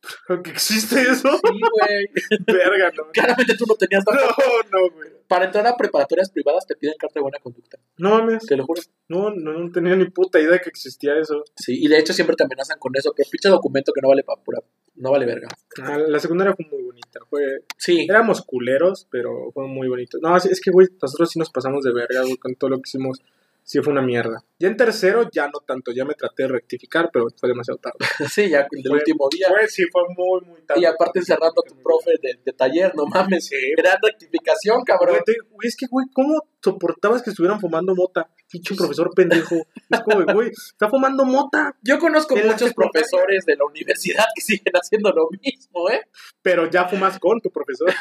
¿Que existe eso? Sí, güey. Verga, no. Claramente tú no tenías No, tampoco. no, güey. Para entrar a preparatorias privadas te piden carta de buena conducta. No mames. Te lo juro. No, no, no tenía ni puta idea de que existía eso. Sí, y de hecho siempre te amenazan con eso, pero pinche documento que no vale pa' pura, no vale verga. Ah, la secundaria fue muy bonita. Fue... Sí. Éramos culeros, pero fue muy bonito. No, es que, güey, nosotros sí nos pasamos de verga, güey, con todo lo que hicimos. Sí fue una mierda. Ya en tercero, ya no tanto. Ya me traté de rectificar, pero fue demasiado tarde. Sí, ya el Fue- último día. Fue, sí, fue muy, muy tarde. Y aparte encerrando a tu profe de, de taller, no mames. Sí. Gran rectificación, cabrón. Güey, te- güey, es que, güey, ¿cómo soportabas que estuvieran fumando mota? Pinche profesor pendejo. Es como, güey, está fumando mota. Yo conozco En la muchos secundaria. profesores de la universidad que siguen haciendo lo mismo, ¿eh? Pero ya fumas con tu profesor.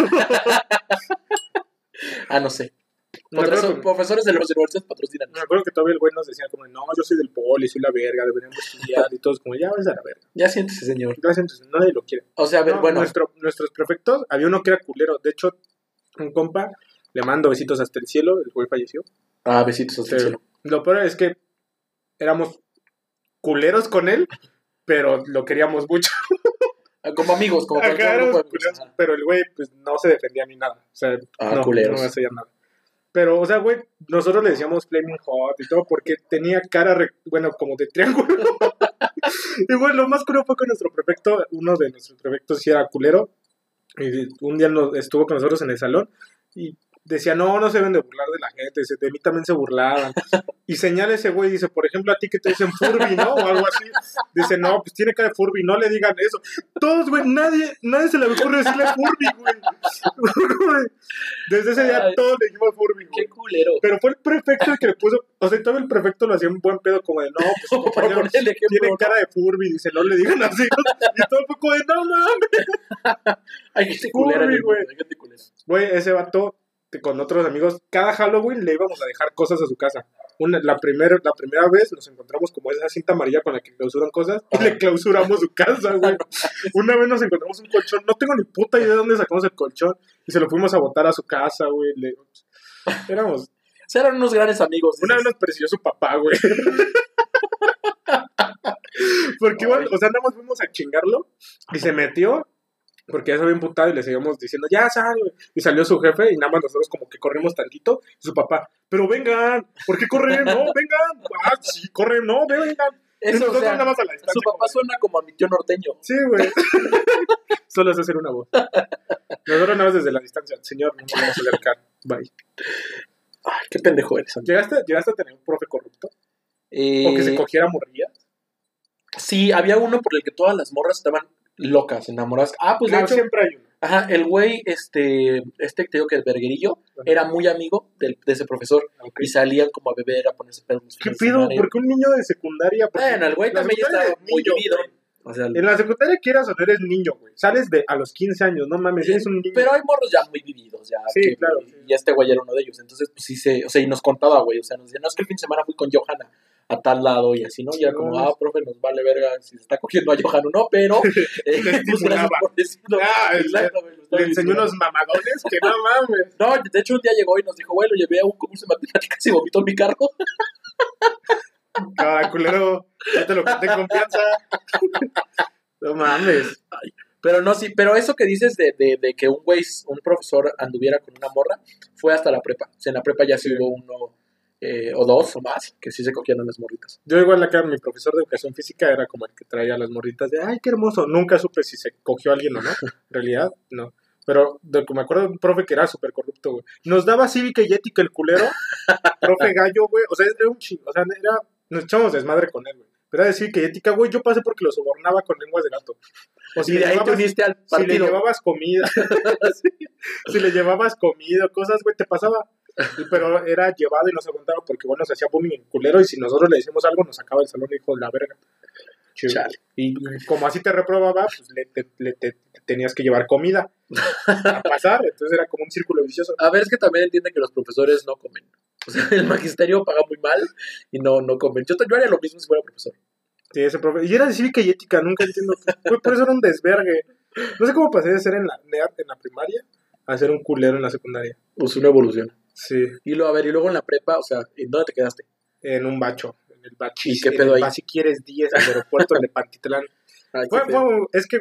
Ah, no sé. Me acuerdo, Profesor- que, profesores de las universidades patrocinan. me acuerdo que todavía el güey nos decía como, no, yo soy del poli, soy la verga, deberíamos estudiar. Y todos como, ya ves a la verga. Ya siéntese, señor. Gracias, entonces nadie lo quiere. O sea, a ver, No, bueno. nuestro- nuestros prefectos, había uno que era culero. De hecho, un compa, le mando besitos hasta el cielo, el güey falleció. Ah, besitos hasta el Pero cielo. lo peor es que éramos culeros con él, pero lo queríamos mucho. Ah, como amigos, como Acá cualquier éramos grupo de amigos. culeros, Ajá. pero el güey pues no se defendía ni nada. O sea, Ah, no, culeros. no hacía nada. Pero, o sea, güey, nosotros le decíamos Flaming Hot y todo porque tenía cara, re- bueno, como de triángulo. Y, güey, lo más curioso fue que nuestro prefecto, uno de nuestros prefectos sí era culero, y un día nos, estuvo con nosotros en el salón y decía, no, no se deben de burlar de la gente, dice, de mí también se burlaban. Y señala ese güey, dice, por ejemplo, a ti que te dicen Furby, ¿no? O algo así. Dice, no, pues tiene cara de Furby, no le digan eso. Todos, güey, nadie, nadie se le ocurre decirle Furby, güey. Desde ese día Ay. todos le dijimos Furby, Qué güey. culero. Pero fue el prefecto el que le puso, o sea, todo el prefecto lo hacía un buen pedo como de, no, pues su Como para compañero poner el ejemplo, tiene ¿no? cara de Furby, dice, no le digan así. Y todo fue como de, no mames. Hay gente culera en el Furby, mundo, hay gente culera. Güey, ese vato, que con otros amigos, cada Halloween le íbamos a dejar cosas a su casa. Una, la, primer, la primera vez nos encontramos como esa cinta amarilla con la que clausuran cosas y le clausuramos su casa, güey. Una vez nos encontramos un colchón, no tengo ni puta idea de dónde sacamos el colchón y se lo fuimos a botar a su casa, güey. Le- Éramos... O sea, eran unos grandes amigos. Una vez dices. nos persiguió su papá, güey. Porque igual, o sea, nada más fuimos a chingarlo y se metió porque ya se había imputado y le seguíamos diciendo, ya sal, güey. Y salió su jefe y nada más nosotros como que corrimos tantito y su papá, pero vengan, ¿por qué corren? No, vengan. Ah, sí, corren, no, vengan. Y Eso, o nosotros sea, nada más a la distancia. su papá como- suena como a mi tío norteño. Sí, güey. Solo es hacer una voz. Nosotros nada más desde la distancia, señor, no nos vamos a acercar. Bye. Ay, qué pendejo eres, Santi. ¿Llegaste, ¿Llegaste a tener un profe corrupto? Eh, ¿O que se cogiera morrillas? Sí, había uno por el que todas las morras estaban locas, enamoradas. Ah, pues de Claro, hecho, siempre hay uno. ajá, el güey, este, este que te digo que es Verguerillo, era muy amigo del- de ese profesor. Ok. Y salían como a beber, a ponerse pedos. los ¿Qué fines de pedo? semana. ¿Por qué un niño de secundaria? Porque Bueno, el güey la también ya secundaria estaba es muy niño, vivido. güey. O sea, En la secundaria quieras o no eres niño, güey. Sales de a los quince años, no mames, eres un niño. pero hay morros ya muy vividos, ya. Sí, que- claro, Y, sí. y este güey era uno de ellos. Entonces, pues sí se, o sea, y nos contaba, güey. O sea, nos decía, no, es que el fin de semana fui con Johanna a tal lado y así, ¿no? Y era como, No. ah, profe, nos vale verga si se está cogiendo a Johanna o no, pero. Eh, pues, estimulaba. gracias por decirlo. Ah, Exacto, güey, lo estaba Le enseñó diciendo. unos mamadones que no mames. No, de hecho, un día llegó y nos dijo, güey, lo llevé a un curso de matemáticas y vomitó en mi carro. Cada culero, ya te lo conté en confianza. No mames. Pero no, sí, pero eso que dices de, de, de que un güey, un profesor anduviera con una morra, fue hasta la prepa. O sea, en la prepa ya sí Sí. hubo uno eh, o dos o más que sí se cogían a las morritas. Yo igual acá, mi profesor de educación física era como el que traía las morritas de, ay, qué hermoso. Nunca supe si se cogió a alguien o no. En realidad, no. Pero de que me acuerdo de un profe que era súper corrupto, güey. Nos daba cívica y ética el culero. Profe gallo, güey. O sea, era un chingo. O sea, era... Nos echábamos desmadre con él, güey. Pero era de cívica y ética, güey. Yo pasé porque lo sobornaba con lenguas de gato. O si Y de le ahí te llevabas, uniste al si le partido. llevabas comida. Sí. Si le llevabas comida, cosas, güey, te pasaba. Y- Pero era llevado y nos aguantaba porque, bueno, se hacía bullying el culero. Y si nosotros le decimos algo, nos sacaba del salón y dijo, la verga. Chido. Chale. Y como así te reprobaba, pues le, te, le- te- te tenías que llevar comida a pasar. Entonces era como un círculo vicioso. A ver, es que también entiende que los profesores no comen. O sea, el magisterio paga muy mal y no, no comen. Yo, yo haría lo mismo si fuera profesor. Sí, ese profe. Y era de cívica y ética, nunca entiendo. Güey, por eso era un desvergue. No sé cómo pasé de ser en la nerd en la primaria a ser un culero en la secundaria. Pues una evolución. Sí, Y luego, a ver, y luego en la prepa, o sea, ¿en dónde te quedaste? en un bacho. En el bachis. ¿Y qué en pedo el ahí? ba- Si quieres diez, al aeropuerto de Pantitlán. Ay, Fue- qué pedo. fue- es que, güey,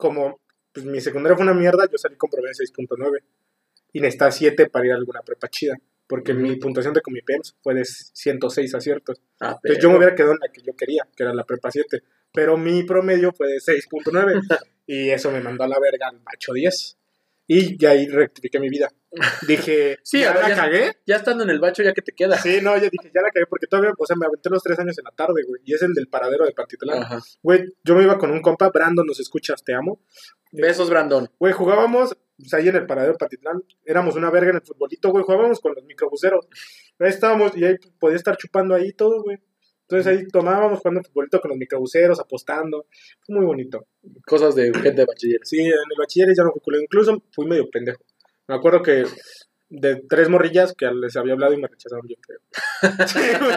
como pues, mi secundaria fue una mierda, yo salí con promedio seis punto nueve. Y necesitaba siete para ir a alguna prepa chida. Porque uh-huh. mi puntuación de Comipems fue de ciento seis aciertos. Ah, Entonces yo me hubiera quedado en la que yo quería, que era la prepa siete. Pero mi promedio fue de seis punto nueve. Y eso me mandó a la verga al macho diez. Y ya ahí rectifiqué mi vida. Dije, sí, ¿ya la ya, cagué? Ya estando en el bacho, ¿ya que te queda? Sí, no, ya dije, ya la cagué porque todavía, o sea, me aventé los tres años en la tarde, güey. Y es el del paradero de Pantitlán. Güey, yo me iba con un compa, Brandon, ¿nos escuchas? Te amo. Besos, Brandon. Güey, jugábamos, pues, ahí en el paradero de Pantitlán. Éramos una verga en el futbolito, güey. Jugábamos con los microbuseros. Ahí estábamos y ahí podía estar chupando ahí todo, güey. Entonces ahí tomábamos jugando futbolito con los microbuseros, apostando. Fue muy bonito. Cosas de gente de bachiller. Sí, en el bachiller ya no fui culero. Incluso fui medio pendejo. Me acuerdo que de tres morrillas que les había hablado y me rechazaron bien feo. Sí,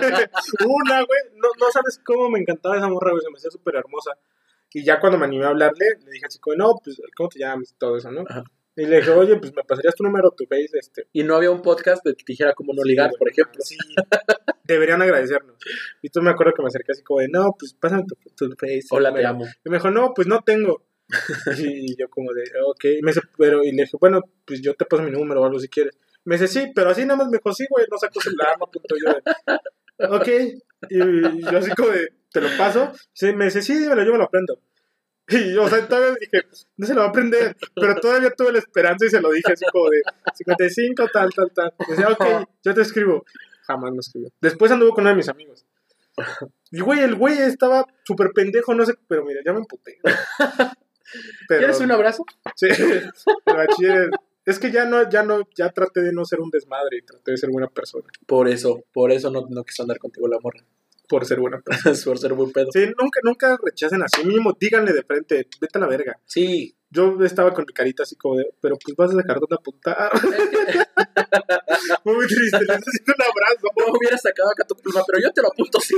una, güey. No, no sabes cómo me encantaba esa morra, güey. Se me hacía súper hermosa. Y ya cuando me animé a hablarle, le dije así como, no, pues, ¿cómo te llamas? Todo eso, ¿no? Ajá. Y le dije, oye, pues, ¿me pasarías tu número, tu face? Este? Y no había un podcast que te dijera cómo no ligar, sí, por ejemplo. Sí, deberían agradecernos. Y tú me acuerdo que me acerqué así como de, no, pues, pásame tu, tu face. Hola, te amo. Y me dijo, no, pues, no tengo. Y yo como de, ok. Y, me dice, pero, y le dije, bueno, pues, yo te paso mi número o algo si quieres. Me dice, sí, pero así nada más me dijo, sí, güey, no sacó celular, no apuntó yo. De, ok. Y yo así como de, ¿te lo paso? Sí, me dice, sí, dímelo, yo me lo aprendo. Y yo, o sea, todavía dije, no se lo va a aprender, pero todavía tuve la esperanza y se lo dije así como de cincuenta y cinco, tal, tal, tal. Y decía, ok, yo te escribo. Jamás me escribió. Después anduvo con uno de mis amigos. Y güey, el güey estaba súper pendejo, no sé, pero mira, ya me emputé. Pero, ¿quieres un abrazo? Sí, el bachiller. Es que ya no, ya no, ya traté de no ser un desmadre y traté de ser buena persona. Por eso, por eso no, no quiso andar contigo la morra. Por ser buena persona. Por ser buen pedo. Sí, nunca, nunca rechacen así. Mínimo, díganle de frente, vete a la verga. Sí. Yo estaba con mi carita así como de, pero pues vas a dejar de apuntar. Muy triste, le estoy haciendo un abrazo. No hubiera sacado acá tu pluma, pero yo te lo apunto sí.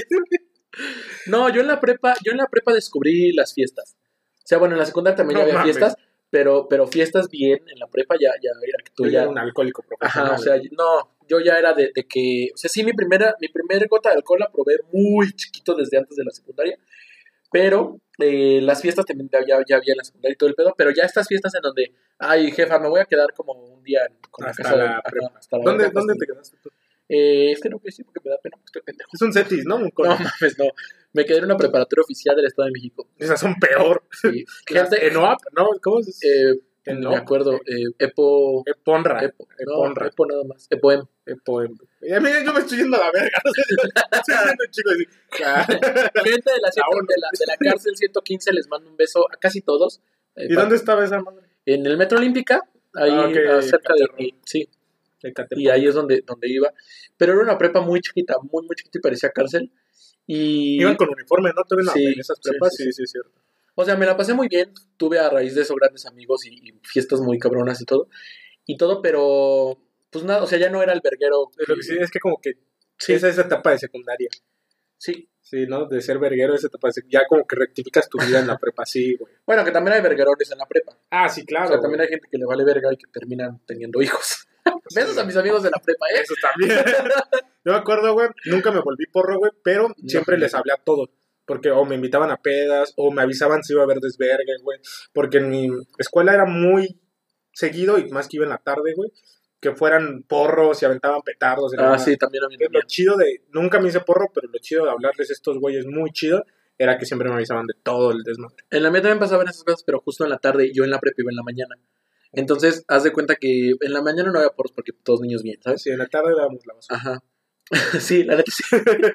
No, yo en la prepa, yo en la prepa descubrí las fiestas. O sea, bueno, en la secundaria también no, ya había mames. fiestas, pero, pero fiestas bien, en la prepa ya, ya era que tú yo ya... era un alcohólico profesional. Ajá, o sea, no, yo ya era de, de que, o sea, sí, mi primera, mi primer gota de alcohol la probé muy chiquito desde antes de la secundaria, pero eh, las fiestas también ya, ya había en la secundaria y todo el pedo, pero ya estas fiestas en donde, ay, jefa, me voy a quedar como un día con hasta la casa la de... Ajá, hasta la ¿Dónde, ¿dónde te quedaste tú? Eh, es que no, pues sí, porque me da pena, porque estoy pendejo. Es un CETIS, ¿no? Un no, mames, no. Me quedé en una preparatoria oficial del Estado de México. Esas son peor. Sí. Gente, ¿Enoap? ¿No? ¿Cómo es? Eh, no me acuerdo. Eh, Epo... Eponra. Epo, Eponra. No, Epo nada más. Epoem. Epoem. Y a mí yo me estoy yendo a la verga. No sé, estoy haciendo un chico así. Gente de la, de, la, de la cárcel ciento quince les mando un beso a casi todos. Eh, ¿Y dónde estaba esa madre? En el Metro Olímpica. Ahí, ah, okay, cerca de... Sí. Y ahí es donde, donde iba. Pero era una prepa muy chiquita, muy, muy chiquita y parecía cárcel. Y... Iban con uniforme, ¿no? ¿Te ven sí, en esas prepas? Sí, sí, sí, es cierto. O sea, me la pasé muy bien. Tuve a raíz de eso grandes amigos y, y fiestas muy cabronas y todo. Y todo, pero... Pues nada, o sea, ya no era el verguero. Que... Lo que sí es que como que... Sí. Esa es esa etapa de secundaria. Sí. Sí, ¿no? De ser verguero, esa etapa de secundaria. Ya como que rectificas tu vida en la prepa, sí, güey. Bueno, que también hay verguerones en la prepa. Ah, sí, claro. O sea, también hay gente que le vale verga y que terminan teniendo hijos. Besos a mis amigos de la prepa, ¿eh? Eso también. Yo me acuerdo, güey, nunca me volví porro, güey, pero no, siempre no. les hablé a todos. Porque o me invitaban a pedas, o me avisaban si iba a haber desvergue, güey. Porque en mi escuela era muy seguido, y más que iba en la tarde, güey, que fueran porros y aventaban petardos. En ah, la... sí, también a mí. Lo chido de, nunca me hice porro, pero lo chido de hablarles a estos güeyes muy chido, era que siempre me avisaban de todo el desmadre. En la mía también pasaban esas cosas, pero justo en la tarde, yo en la prepa iba en la mañana. Entonces, haz de cuenta que en la mañana no había porros porque todos niños bien, ¿sabes? Sí, en la tarde dábamos la basura. Ajá. Sí, la neta sí.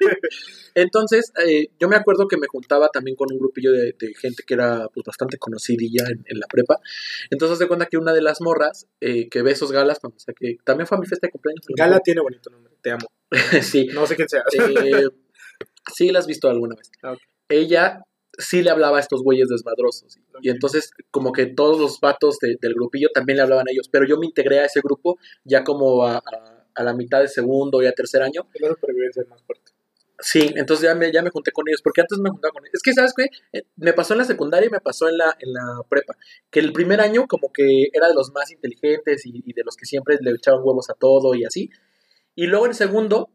Entonces, eh, yo me acuerdo que me juntaba también con un grupillo de, de gente que era pues bastante conocidilla en, en la prepa. Entonces, haz de cuenta que una de las morras, eh, que Besos Galas, o sea, que también fue a mi fiesta de cumpleaños. Gala ¿no? Tiene bonito nombre, te amo. Sí. No sé quién sea. eh, sí, la has visto alguna vez. Okay. Ella... sí le hablaba a estos güeyes desmadrosos. Okay. Y entonces, como que todos los vatos de, del grupillo también le hablaban a ellos. Pero yo me integré a ese grupo ya como a, a, a la mitad de segundo y a tercer año. Es la supervivencia más fuerte. Sí, entonces ya me, ya me junté con ellos. Porque antes me juntaba con ellos. Es que, ¿sabes qué? Me pasó en la secundaria y me pasó en la, en la prepa. Que el primer año como que era de los más inteligentes y, y de los que siempre le echaban huevos a todo y así. Y luego en segundo...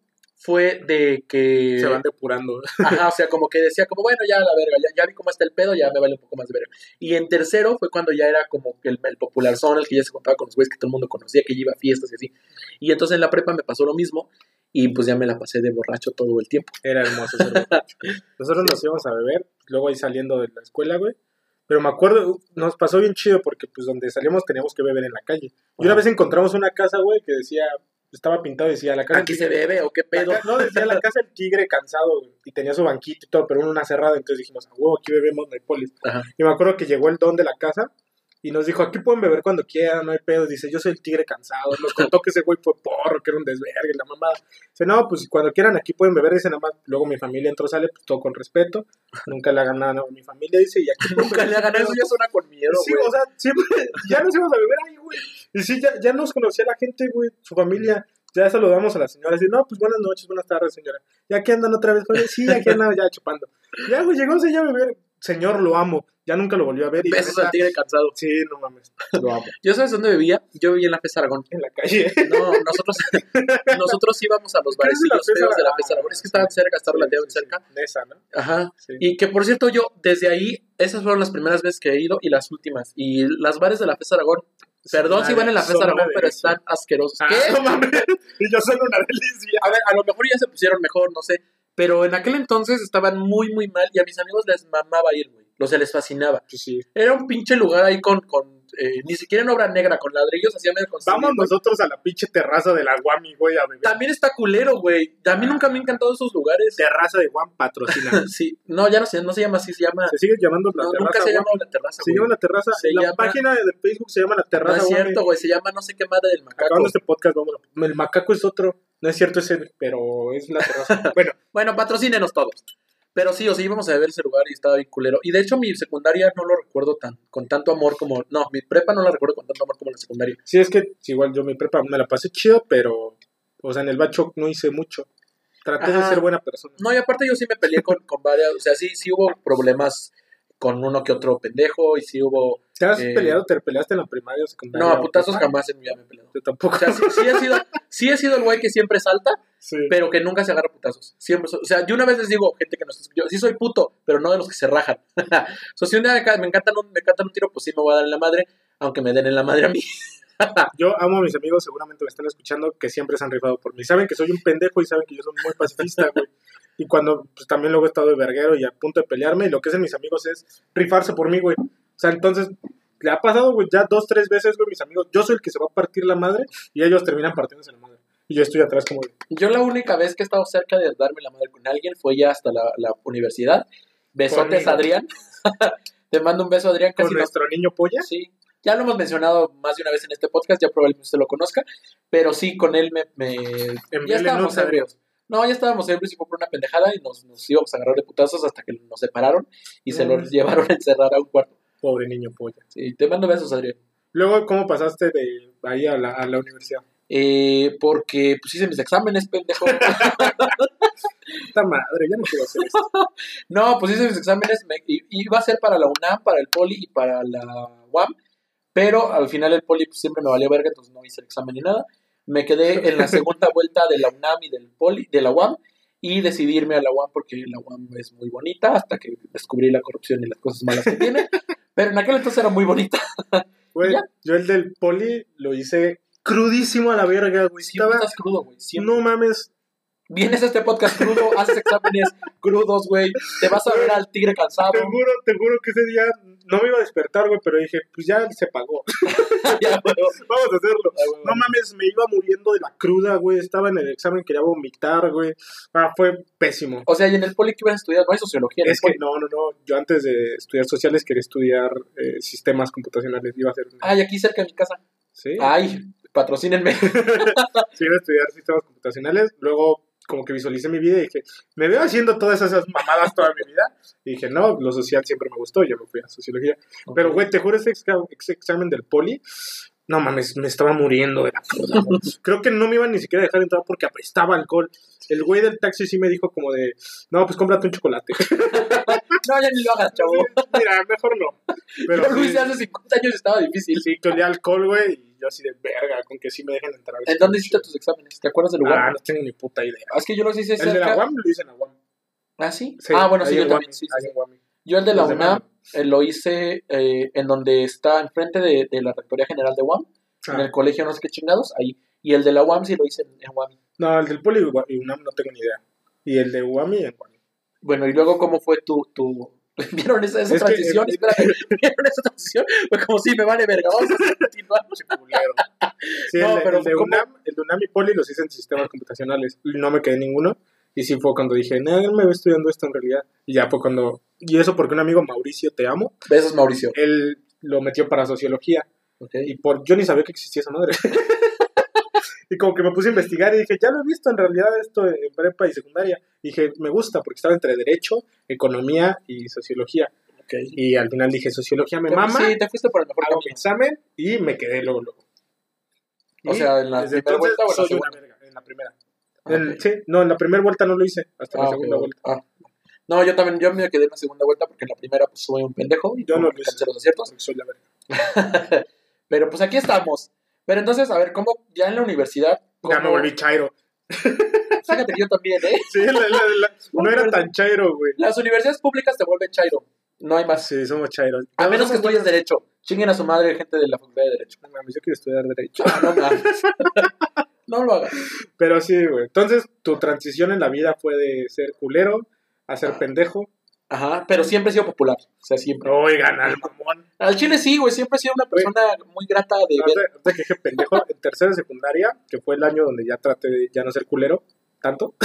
fue de que... Se van depurando. Ajá, o sea, como que decía, como bueno, ya la verga, ya, ya vi cómo está el pedo, ya me vale un poco más de verga. Y en tercero fue cuando ya era como que el, el popular son, el que ya se contaba con los güeyes que todo el mundo conocía, que ya iba a fiestas y así. Y entonces en la prepa me pasó lo mismo y pues ya me la pasé de borracho todo el tiempo. Era hermoso ser borracho. Nosotros nos íbamos a beber, luego ahí saliendo de la escuela, güey. Pero me acuerdo, nos pasó bien chido porque pues donde salíamos teníamos que beber en la calle. Y una vez encontramos una casa, güey, que decía... Estaba pintado y decía la casa. ¿Aquí se bebe o qué pedo? Acá, no, decía la casa del tigre cansado, güey, y tenía su banquito y todo, pero en una cerrada. Entonces dijimos, a huevo, aquí bebemos, no hay polis. Ajá. Y me acuerdo que llegó el don de la casa y nos dijo, aquí pueden beber cuando quieran, no hay pedo. Dice, yo soy el tigre cansado. Nos contó que ese güey fue porro, que era un desvergue, la mamada. Dice, no, pues cuando quieran aquí pueden beber. Dice, nada más, luego mi familia entró, sale, pues todo con respeto. Nunca le hagan nada a mi familia, dice, y aquí Nunca le hagan eso, ya suena con miedo, sí, güey. o sea, siempre, ya nos íbamos a beber ahí, güey. Y sí, ya, ya nos conocía la gente, güey, su familia. Ya saludamos a la señora, así, no, pues buenas noches, buenas tardes, señora. ¿Ya aquí andan otra vez? Sí, aquí andan ya chupando. Ya, güey, llegó ese ya a beber. Señor, lo amo. Ya nunca lo volvió a ver. Y besos al tigre cansado. Sí, no mames, lo amo. ¿Yo sabes dónde vivía? Yo vivía en la FES Aragón. En la calle. No, nosotros nosotros íbamos a los barecillos feos de la FES Aragón. Es que estaban cerca, estaban relativamente sí, cerca. Sí, esa, ¿no? Ajá. Sí. Y que, por cierto, yo, desde ahí, esas fueron las primeras veces que he ido y las últimas. Y las bares de la FES Aragón, perdón Son si van en la una- FES son Aragón, una pero delicia. están asquerosos. Ah, ¿Qué? no mames. Y yo soy una delicia. A ver, a lo mejor ya se pusieron mejor, no sé. Pero en aquel entonces estaban muy, muy mal y a mis amigos les mamaba ir, güey. O sea, les fascinaba. Pues sí. Era un pinche lugar ahí con, con eh, ni siquiera en obra negra, con ladrillos, hacía medio construido, Vamos güey. nosotros a la pinche terraza de la Guami, güey, a beber. También está culero, güey. A mí nunca me han encantado esos lugares. Terraza de Guam patrocina. Sí, no, ya no sé, no se llama así, se llama... Se sigue llamando la No, terraza. nunca se Guam. llama la terraza, Se güey. llama la terraza. Se la llama- página de Facebook se llama la No terraza. es cierto, Guami. güey, se llama no sé qué madre del macaco. Acabando este podcast, vamos a... El macaco es otro. No es cierto ese, pero es la terraza. Bueno, Bueno, patrocínenos todos. Pero sí, o sea, íbamos a ver ese lugar y estaba bien culero. Y de hecho mi secundaria no lo recuerdo tan con tanto amor como... No, mi prepa no la recuerdo con tanto amor como la secundaria. sí, es que igual yo mi prepa me la pasé chido, pero... O sea, en el bacho no hice mucho. Traté Ajá. de ser buena persona. No, y aparte yo sí me peleé con, con varias... O sea, sí, sí hubo problemas con uno que otro pendejo y sí hubo... ¿Te has eh, peleado? ¿Te peleaste en la primaria o secundaria? No, a putazos ¿O prepa? jamás en mi vida me he peleado. Yo tampoco. O sea, sí, sí he sido, sí he sido el güey que siempre salta, Sí. pero que nunca se agarra putazos. Siempre, so- o sea, yo una vez les digo, gente que no está, yo sí soy puto, pero no de los que se rajan. O sea, si un día me, ca- me encantan un, me encantan un tiro, pues sí me voy a dar en la madre, aunque me den en la madre a mí. Yo amo a mis amigos, seguramente me están escuchando, que siempre se han rifado por mí. Saben que soy un pendejo y saben que yo soy muy pacifista, güey. Y cuando pues, también luego he estado de verguero y a punto de pelearme, y lo que hacen mis amigos es rifarse por mí, güey. O sea, entonces, le ha pasado, güey, ya dos, tres veces, güey, mis amigos. Yo soy el que se va a partir la madre y ellos terminan partiéndose la madre. Y yo estoy atrás como de... Yo la única vez que he estado cerca de darme la madre con alguien fue ya hasta la, la universidad. Besotes, Conmigo. Adrián. Te mando un beso, Adrián. Con Casi nos- nuestro niño polla. Sí, ya lo hemos mencionado más de una vez en este podcast, ya probablemente usted lo conozca, pero sí, con él me... me... Ya Envíale estábamos nudes, ebrios. No, ya estábamos ebrios y fue por una pendejada y nos, nos íbamos a agarrar de putazos hasta que nos separaron y se Mm. los llevaron a encerrar a un cuarto. Pobre niño polla. Sí, te mando besos, Adrián. Luego, ¿cómo pasaste de ahí a la, a la universidad? Eh, porque pues hice mis exámenes, pendejo. Esta madre, ya no quiero hacer esto. No, pues hice mis exámenes, me, i- iba a ser para la UNAM, para el Poli y para la U A M, pero al final el Poli pues, siempre me valió verga, entonces no hice el examen ni nada. Me quedé en la segunda vuelta de la UNAM y del Poli, de la U A M, y decidí irme a la U A M porque la U A M es muy bonita, hasta que descubrí la corrupción y las cosas malas que tiene, pero en aquel entonces era muy bonita. Güey, Ya. yo el del poli lo hice crudísimo a la verga, güey. Siempre Estaba... estás crudo, güey, siempre. No mames. Vienes a este podcast crudo, haces exámenes crudos, güey, te vas a ver al tigre cansado. Te juro, te juro que ese día no me iba a despertar, güey, pero dije, pues ya se pagó. Ya, güey. Vamos a hacerlo. Ah, güey, No mames, me iba muriendo de la cruda, güey. Estaba en el examen, quería vomitar, güey. Ah, fue pésimo. O sea, y en el Poli que ibas a estudiar, no hay sociología. En Es el que Poli. no, no, no. Yo antes de estudiar sociales quería estudiar eh, sistemas computacionales. Iba a hacer. Ay, aquí cerca de mi casa. Sí. Ay, patrocínenme. Sí, iba a estudiar sistemas computacionales. Luego, como que visualicé mi vida y dije, me veo haciendo todas esas mamadas toda mi vida. Y dije, no, lo social siempre me gustó. Yo me fui a sociología. Pero, güey, te juro, ese, exa- ese examen del poli, No mames, me estaba muriendo de la cruda, güey. Creo que no me iban ni siquiera a dejar entrar porque apestaba alcohol. El güey del taxi sí me dijo como de, no, pues cómprate un chocolate. No, ya ni lo hagas, chavo. Mira, mejor no. Pero Yo lo sí, hice hace cincuenta años y estaba difícil. sí, que olía alcohol, güey, y yo así de verga, con que sí me dejen entrar. ¿En dónde hiciste tus exámenes? ¿Te acuerdas del lugar? Ah, no tengo ni puta idea. Ah, es que yo los hice El de la cerca. U A M lo hice en la U A M. ¿Ah, sí? Sí, Ah, bueno, sí, ahí yo en también. Guami, Sí, sí, ahí sí. en Guami. Yo el de la Los de UNAM Mano. eh, lo hice eh, en donde está enfrente de, de la Rectoría General de U A M, en Ah. el colegio no sé qué chingados, ahí. Y el de la U A M sí lo hice en, en U A M. No, el del Poli y UNAM no tengo ni idea. Y el de U A M y en Guami. Bueno, y luego, ¿cómo fue tu... tu... ¿Vieron esa, esa Es que, transición? eh, Espérate, ¿vieron esa transición? Fue como, sí, me vale verga, vamos a continuar. Culero. Sí, No, el, de- pero el de ¿cómo? UNAM, el de UNAM y Poli los hice en sistemas computacionales. Y no me quedé ninguno. Y sí fue cuando dije, no, yo me voy estudiando esto en realidad. Y ya fue cuando... Y eso porque un amigo, Mauricio, te amo, Besos, Mauricio. él lo metió para sociología. Okay. Y por yo ni sabía que existía esa madre. Y como que me puse a investigar y dije, ya lo he visto en realidad esto en prepa y secundaria. Y dije, me gusta porque estaba entre derecho, economía y sociología. Okay. Y al final dije, sociología me Te- mama, Sí, te fuiste por el mejor hago mi camino. examen y me quedé luego, luego. O Y sea, en la desde primera entonces vuelta o en la soy segunda. una verga, en la primera. Ah, En- ok. sí, no, en la primera vuelta no lo hice, hasta la Ah, segunda ok, vuelta. ah. No, yo también, yo me quedé en la segunda vuelta porque en la primera pues soy un pendejo y Yo no no lo hice. alcancé los aciertos. Porque soy la verga. Pero pues aquí estamos. Pero entonces, a ver, ¿cómo ya en la universidad? Ya me cómo- volví chairo. Fíjate que yo también, ¿eh? Sí, la- la- la- no era tan chairo, güey. Las universidades públicas te vuelven chairo. No hay más. Sí, somos chairos. A Todos menos que somos estudies Derecho. Chinguen a su madre gente de la Facultad de Derecho. buenos. No mames, yo quiero estudiar derecho. Ah, no mames. No lo hagas. Pero sí, güey. Entonces, tu transición en la vida fue de ser culero a ser Ah. pendejo. Ajá, pero siempre he sido popular. O sea, siempre. Oigan, al mamón. Al chile sí, güey. Siempre he sido una persona muy grata de ver. Ahorita ahorita que dije pendejo, en tercera de secundaria, que fue el año donde ya traté de ya no ser culero, tanto.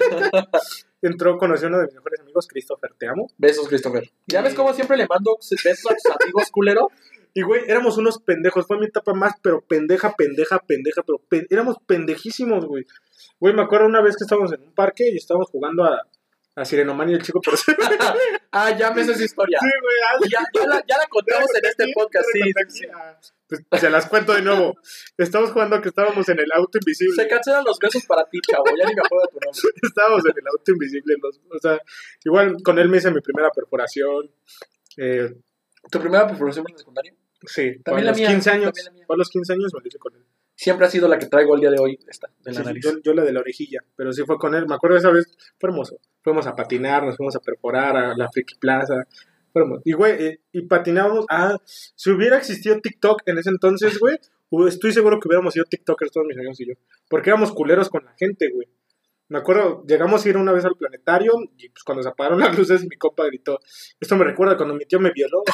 Entró, conocí a uno de mis mejores amigos, Christopher, te amo. Besos, Christopher. ¿Ya ves cómo siempre le mando besos a tus amigos, culero? Y, güey, éramos unos pendejos. Fue mi etapa más, pero pendeja, pendeja, pendeja, pero pen- éramos pendejísimos, güey. Güey, me acuerdo una vez que estábamos en un parque y estábamos jugando a, a Sirenoman y el chico, pero sí, Ah, ya me sé esa historia. güey, ah, Ya, ya, la, ya la contamos en este podcast, sí. sí, sí. Pues se las cuento de nuevo. Estamos jugando que estábamos en el auto invisible. Se cancelan los besos para ti, chavo. Ya ni me acuerdo de tu nombre. Estábamos en el auto invisible. Los, o sea, igual con él me hice mi primera perforación. Eh, ¿Tu primera perforación en la secundaria? sí, También fue a la los mía, quince años. también la mía. Fue a los quince años me lo hice con él. Siempre ha sido la que traigo el día de hoy, esta, de la Sí, nariz. yo, yo la de la orejilla, pero sí fue con él. Me acuerdo de esa vez, fue hermoso. Fuimos a patinar, nos fuimos a perforar a la Friki Plaza. Fue hermoso. Y, güey, eh, y patinábamos. Ah, si hubiera existido TikTok en ese entonces, güey, hu- estoy seguro que hubiéramos sido TikTokers todos mis amigos y yo. Porque éramos culeros con la gente, güey. Me acuerdo, llegamos a ir una vez al planetario y pues cuando se apagaron las luces mi compa gritó, esto me recuerda cuando mi tío me violó.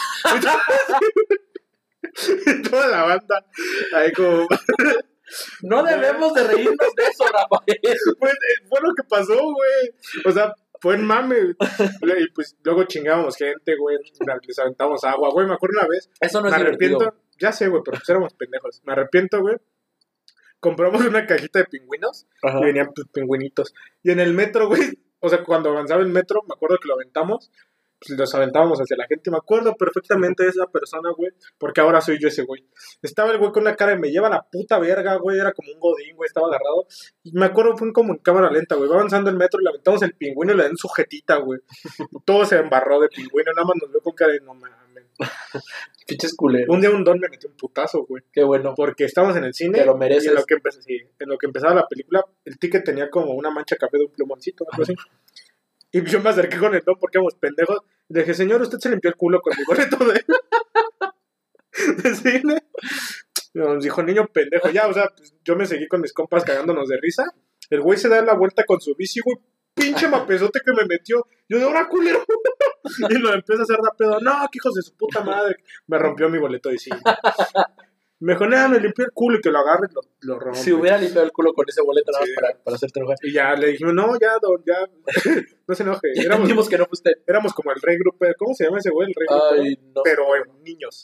Y toda la banda ahí como... No debemos de reírnos de eso, Rafael. Pues, eh, fue lo que pasó, güey. O sea, fue en mame. Y pues luego chingábamos gente, güey. Les aventábamos agua, güey. Me acuerdo una vez. Eso no es me arrepiento. divertido. Ya sé, güey, pero pues éramos pendejos. Me arrepiento, güey. Compramos una cajita de pingüinos Ajá. y venían pues, pingüinitos. Y en el metro, güey. O sea, cuando avanzaba el metro, me acuerdo que lo aventamos. Pues los aventábamos hacia la gente. Me acuerdo perfectamente de esa persona, güey. Porque ahora soy yo ese güey. Estaba el güey con una cara de me lleva la puta verga, güey. Era como un godín, güey. Estaba agarrado. Y me acuerdo, fue como en cámara lenta, güey. Va avanzando el metro, le aventamos el pingüino y le dan sujetita, güey. Todo se embarró de pingüino. Nada más nos vio con cara de no mames. Pinches culeros. Un día un don me metió un putazo, güey. Qué bueno. Porque estábamos en el cine. Te lo mereces. Y en lo, que empezó, sí, en lo que empezaba la película, el ticket tenía como una mancha café de un plumoncito, algo así. Y yo me acerqué con el don porque éramos pendejos. Y le dije, señor, ¿usted se limpió el culo con mi boleto de, de cine? Y nos dijo, niño pendejo. Ya, o sea, pues, yo me seguí con mis compas cagándonos de risa. El güey se da la vuelta con su bici, güey. Pinche mapezote que me metió. Yo de ahora, culero. Y lo empieza a hacer de pedo. No, que hijos de su puta madre. Me rompió mi boleto de cine. Me dijo, nada, me limpió el culo y que lo agarre y lo, lo rompe. Si hubiera limpiado el culo con ese boleto nada más Sí. para, para hacerte enojar. Y ya le dijimos, no, ya, don, ya. No se enoje. Ya Éramos, entendimos que no fue usted. éramos como el rey grupo. ¿Cómo se llama ese güey? El rey grupo. Ay, no. Pero en niños.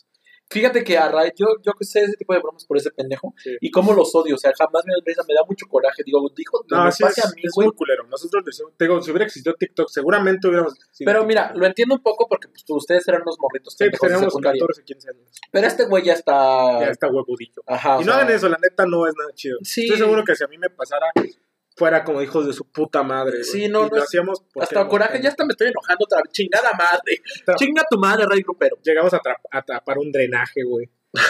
Fíjate que a raíz, yo, yo que sé ese tipo de bromas por ese pendejo, Sí. y cómo los odio, o sea, jamás me da risa, me da mucho coraje, digo, dijo, No, me sí, pase es, a mí, es güey. muy culero. Nosotros decimos, te digo, si hubiera existido TikTok, seguramente hubiéramos... sido Pero TikTok. mira, lo entiendo un poco porque pues, ustedes eran unos morritos Sí, pues pendejos de teníamos secundaria. catorce, quince años. Pero este güey ya está... Ya está huevudillo. Ajá, o Y no sea, hagan eso, la neta no es nada chido. Sí. Estoy seguro que si a mí me pasara, fuera como hijos de su puta madre. Sí, güey. no, y no lo es- hacíamos porque hasta éramos coraje, ya pendejos. hasta me estoy enojando otra vez. Chingada madre. Está- Chinga tu madre, Rey Grupero. Llegamos a, tra- a tapar un drenaje, güey.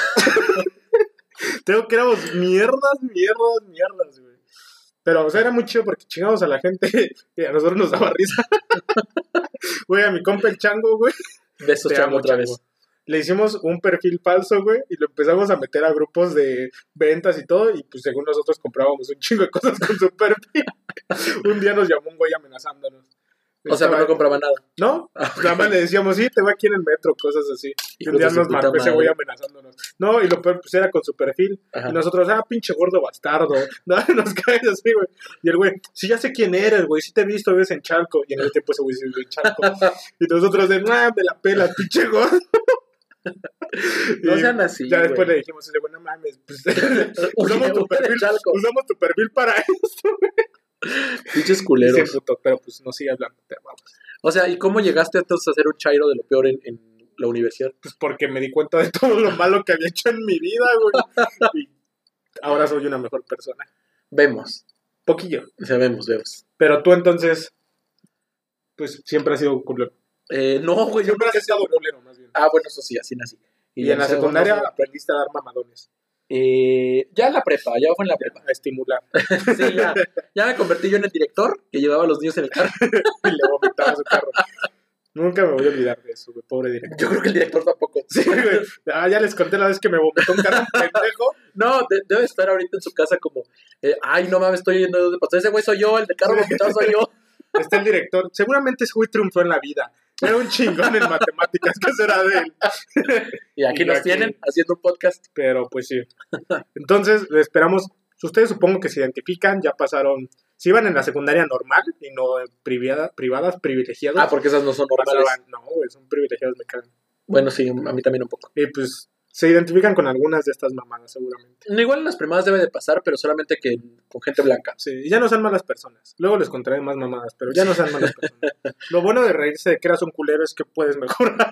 Tengo que éramos mierdas, mierdas, mierdas, güey. Pero, o sea, era muy chido porque chingamos a la gente y a nosotros nos daba risa. Güey, a mi compa el chango, güey. Besos, Te chango, amo, otra chango. vez. Le hicimos un perfil falso, güey, y lo empezamos a meter a grupos de ventas y todo, y pues según nosotros comprábamos un chingo de cosas con su perfil. Un día nos llamó un güey amenazándonos. O sea, pero no Estaba- compraba nada. ¿No? Nada más le decíamos, sí, te va aquí en el metro, cosas así. Y Hijos un día de su nos puta marcó ese madre. güey amenazándonos. No, y lo peor pues era con su perfil. Ajá. Y nosotros, ah, pinche gordo bastardo. No, nos caes así, güey. Y el güey, sí, ya sé quién eres, güey. Sí te he visto, vives en Chalco. Y en ese tiempo ese güey se vive en Chalco. Y nosotros de, ah, me la pela, pinche gordo. No Y sean así, ya después güey. le dijimos, ese güey, no mames, pues, Uy, usamos, tu güey, perfil, Chalco. usamos tu perfil para esto. Pinches Sí, culeros. puto, pero pues no sigue hablando, te amamos. O sea, ¿y cómo llegaste entonces a ser un chairo de lo peor en, en la universidad? Pues porque me di cuenta de todo lo malo que había hecho en mi vida, güey. Y ahora soy una mejor persona. Vemos. Poquillo. O sea, vemos, vemos. Pero tú entonces, pues siempre has sido culero. Eh, no, güey, yo Siempre nunca he has estado sido... culero, más bien. Ah, bueno, eso sí, así nací. Y, en la sé, secundaria bueno, aprendiste a dar mamadones, eh, ya en la prepa, ya fue en la prepa. a estimular. Sí, ya, ya me convertí yo en el director que llevaba a los niños en el carro. Y le vomitaba su carro. Nunca me voy a olvidar de eso, güey, pobre director. Yo creo que el director tampoco. Sí, güey. Ah, ya les conté la vez que me vomitó un carro un pendejo. No, de- debe estar ahorita en su casa como, eh, ay, no mames, estoy yendo de pasar. Ese güey soy yo, el de carro vomitado soy yo. Está el director. Seguramente ese güey triunfó en la vida. Era un chingón en matemáticas. ¿Qué será de él? Y aquí Y nos aquí- tienen haciendo un podcast. Pero pues sí. Entonces, esperamos. Ustedes supongo que se identifican. Ya pasaron. Si iban en la secundaria normal y no en privada, privadas, privilegiados. Ah, porque esas no son normales. pasaban. No, güey, son privilegiados, me cagan. Bueno, sí, a mí también un poco. Y pues se identifican con algunas de estas mamadas, seguramente. No, igual en las primadas debe de pasar, pero solamente que con gente blanca. Sí, y ya no sean malas personas. Luego les contaré más mamadas, pero ya no sean malas personas. Lo bueno de reírse de que eras un culero es que puedes mejorar.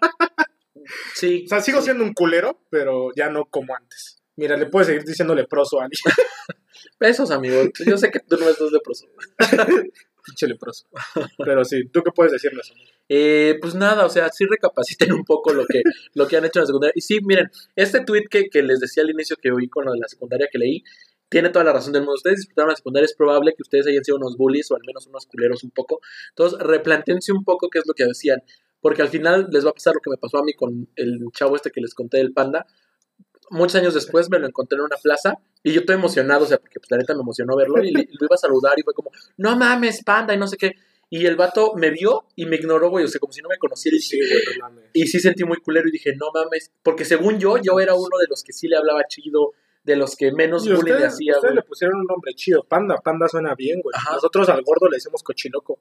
Sí. O sea, sigo sí. siendo un culero, pero ya no como antes. Mira, le puedes seguir diciendo leproso a alguien. Besos, amigo. Yo sé que tú no estás leproso. Pinche leproso. Pero sí, ¿tú qué puedes decirnos? Eh, pues nada, o sea, sí recapaciten un poco lo que, lo que han hecho en la secundaria. Y sí, miren, este tweet que, que les decía al inicio que oí con lo de la secundaria que leí, tiene toda la razón del mundo. Ustedes disfrutaron la secundaria, es probable que ustedes hayan sido unos bullies o al menos unos culeros un poco. Entonces, replantéense un poco qué es lo que decían. Porque al final les va a pasar lo que me pasó a mí con el chavo este que les conté del panda. Muchos años después me lo encontré en una plaza y yo estoy emocionado, o sea, porque pues, la neta me emocionó verlo y le- lo iba a saludar y fue como, no mames, panda, y no sé qué. Y el vato me vio y me ignoró, güey, o sea, como si no me conociera. Y, Sí, dije, güey, no mames. y sí sentí muy culero y dije, no mames, porque según yo, yo era uno de los que sí le hablaba chido, de los que menos Y bullying le ustedes, hacía, ustedes güey. le pusieron un nombre chido, Panda. Panda suena bien, güey. Ajá. Nosotros al gordo le decimos cochiloco.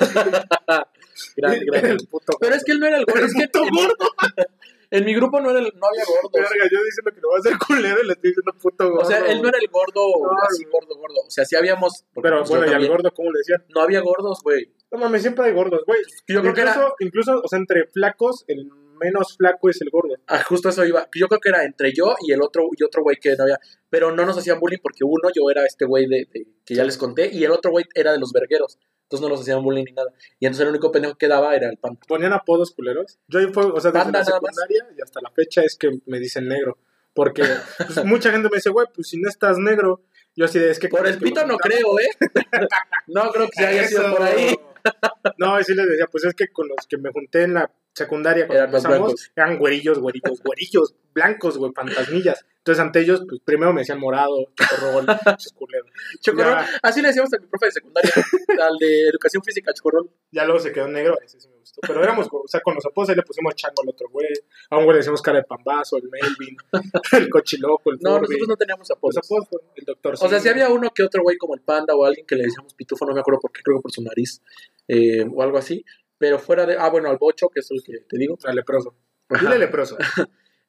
Gran, gran. El puto Pero es que él no era el gordo, El es que puto en, gordo. en mi grupo no, era el- no había gordos. Verga, yo diciendo que lo va a hacer culero y le estoy diciendo puto gordo. O sea, él no era el gordo No, así güey. gordo, gordo. O sea, sí habíamos... porque, Pero pues, yo bueno, y al también- gordo, ¿cómo le decían? No había gordos, güey. No mames, siempre hay gordos, güey. Yo creo incluso, que era... incluso, o sea, entre flacos, el menos flaco es el gordo. Ah, justo eso iba. Yo creo que era entre yo y el otro y otro güey que no había. Pero no nos hacían bullying porque uno, yo era este güey de, de- que ya les conté, y el otro güey era de los vergueros. Entonces no nos hacían bullying ni nada. Y entonces el único pendejo que daba era el panda. Ponían apodos culeros. Yo ahí fue, o sea, desde Panda la nada más. secundaria y hasta la fecha es que me dicen negro. Porque pues, mucha gente me dice, güey, pues si no estás negro. Yo así de, es que... Por el que pito los no pintamos. creo, ¿eh? No creo que se haya sido Eso. por ahí. No, y sí les decía, pues es que con los que me junté en la secundaria cuando Eran más empezamos, blancos. eran güerillos, güerillos, güerillos, blancos, güey, fantasmillas. Entonces ante ellos, pues primero me decían morado, chocorrol, chusculero. Chocorrol. Ya. Así le decíamos a mi profe de secundaria, al de educación física, Chocorrol. Ya luego se quedó negro, ese sí me gustó. Pero éramos, o sea, con los apodos ahí le pusimos chango al otro güey. A un güey le decimos cara de pambazo, el Melvin, el cochiloco, el No, Furby. nosotros no teníamos Los apodos. apodos fueron el doctor. O sea, si había uno que otro güey como el panda o alguien que le decíamos pitufo, no me acuerdo por qué, creo que por su nariz eh, o algo así. Pero fuera de. Ah, bueno, al bocho, que es el que te digo. Al leproso. Ajá. Dile leproso.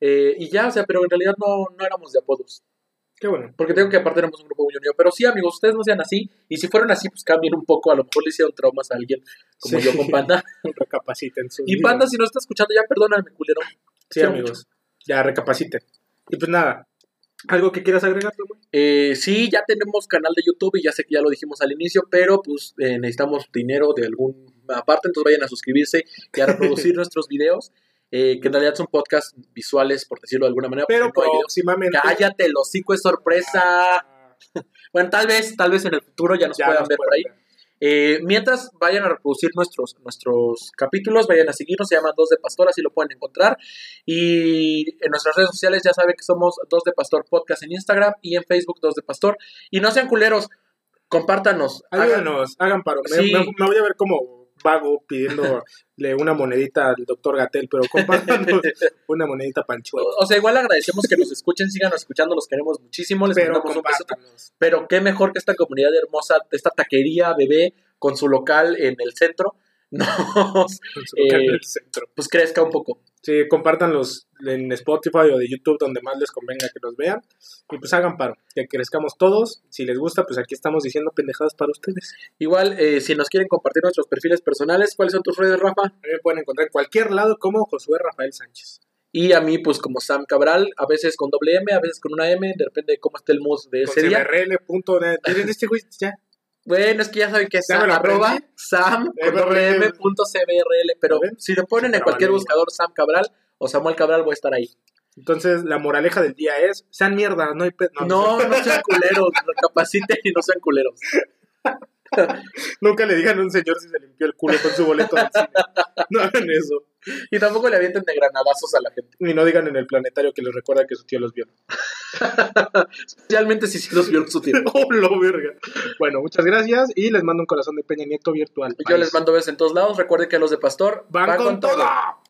Eh, y ya, o sea, pero en realidad no, no éramos de apodos. Qué bueno. Porque tengo que aparte éramos un grupo muy unido. Pero sí, amigos, ustedes no sean así. Y si fueron así, pues cambien un poco. A lo mejor le hicieron traumas a alguien, como Sí. yo con Panda. Recapaciten sus Y vidas. Panda, si no está escuchando, ya perdóname, culero. Sí, Sí, amigos. Ya recapaciten. Y pues nada. ¿Algo que quieras agregar, Ramón? Eh, sí, ya tenemos canal de YouTube y ya sé que ya lo dijimos al inicio, pero pues eh, necesitamos dinero de alguna parte, entonces vayan a suscribirse y a reproducir nuestros videos, eh, que en realidad son podcasts visuales, por decirlo de alguna manera. Pero porque no hay videos. próximamente. Cállate, el hocico es sorpresa. Bueno, tal vez, tal vez en el futuro ya nos Ya puedan nos ver por pueden ahí. ver. Eh, mientras vayan a reproducir nuestros, nuestros capítulos, vayan a seguirnos, se llaman Dos de Pastor, así lo pueden encontrar. Y en nuestras redes sociales ya saben que somos Dos de Pastor Podcast en Instagram y en Facebook Dos de Pastor. Y no sean culeros, compártanos. hagan- Ayúdenos, hagan paro. Me, Sí. me- me voy a ver como vago pidiéndole una monedita al doctor Gatell, pero compártanos una monedita panchueta. O sea, igual agradecemos que nos escuchen, síganos escuchando, los queremos muchísimo, les Pero mandamos un beso. compártanos. Pero qué mejor que esta comunidad hermosa, esta taquería bebé con su local en el centro, nos En su local Eh, del centro. pues crezca un poco. Sí, compártanlos en Spotify o de YouTube, donde más les convenga que los vean. Y pues hagan paro, que crezcamos todos. Si les gusta, pues aquí estamos diciendo pendejadas para ustedes. Igual, eh, si nos quieren compartir nuestros perfiles personales, ¿cuáles son tus redes, Rafa? A mí me pueden encontrar en cualquier lado como Josué Rafael Sánchez. Y a mí, pues como Sam Cabral, a veces con doble M, a veces con una M, depende de cómo esté el mood de ese Con día. c b r l punto net. Miren, este güey ya. Bueno, es que ya saben que es Ya me Sam, lo arroba aprendí. Sam Eh, con doble M punto C B R L, pero ¿Lo ven? si le ponen en Pero cualquier vale. buscador Sam Cabral o Samuel Cabral, voy a estar ahí. Entonces, la moraleja del día es: sean mierda, no hay pe- no, No, no sean culeros, recapaciten y no sean culeros. Nunca le digan a un señor si se limpió el culo con su boleto del cine. No hagan eso. Y tampoco le avienten de granadazos a la gente. Y no digan en el planetario que les recuerda que su tío los vio. Especialmente si sí los vio en su tiempo. ¡Oh, lo verga! Bueno, muchas gracias y les mando un corazón de Peña Nieto virtual. Yo les mando besos en todos lados. Recuerden que los de Pastor ¡Van, con, todo!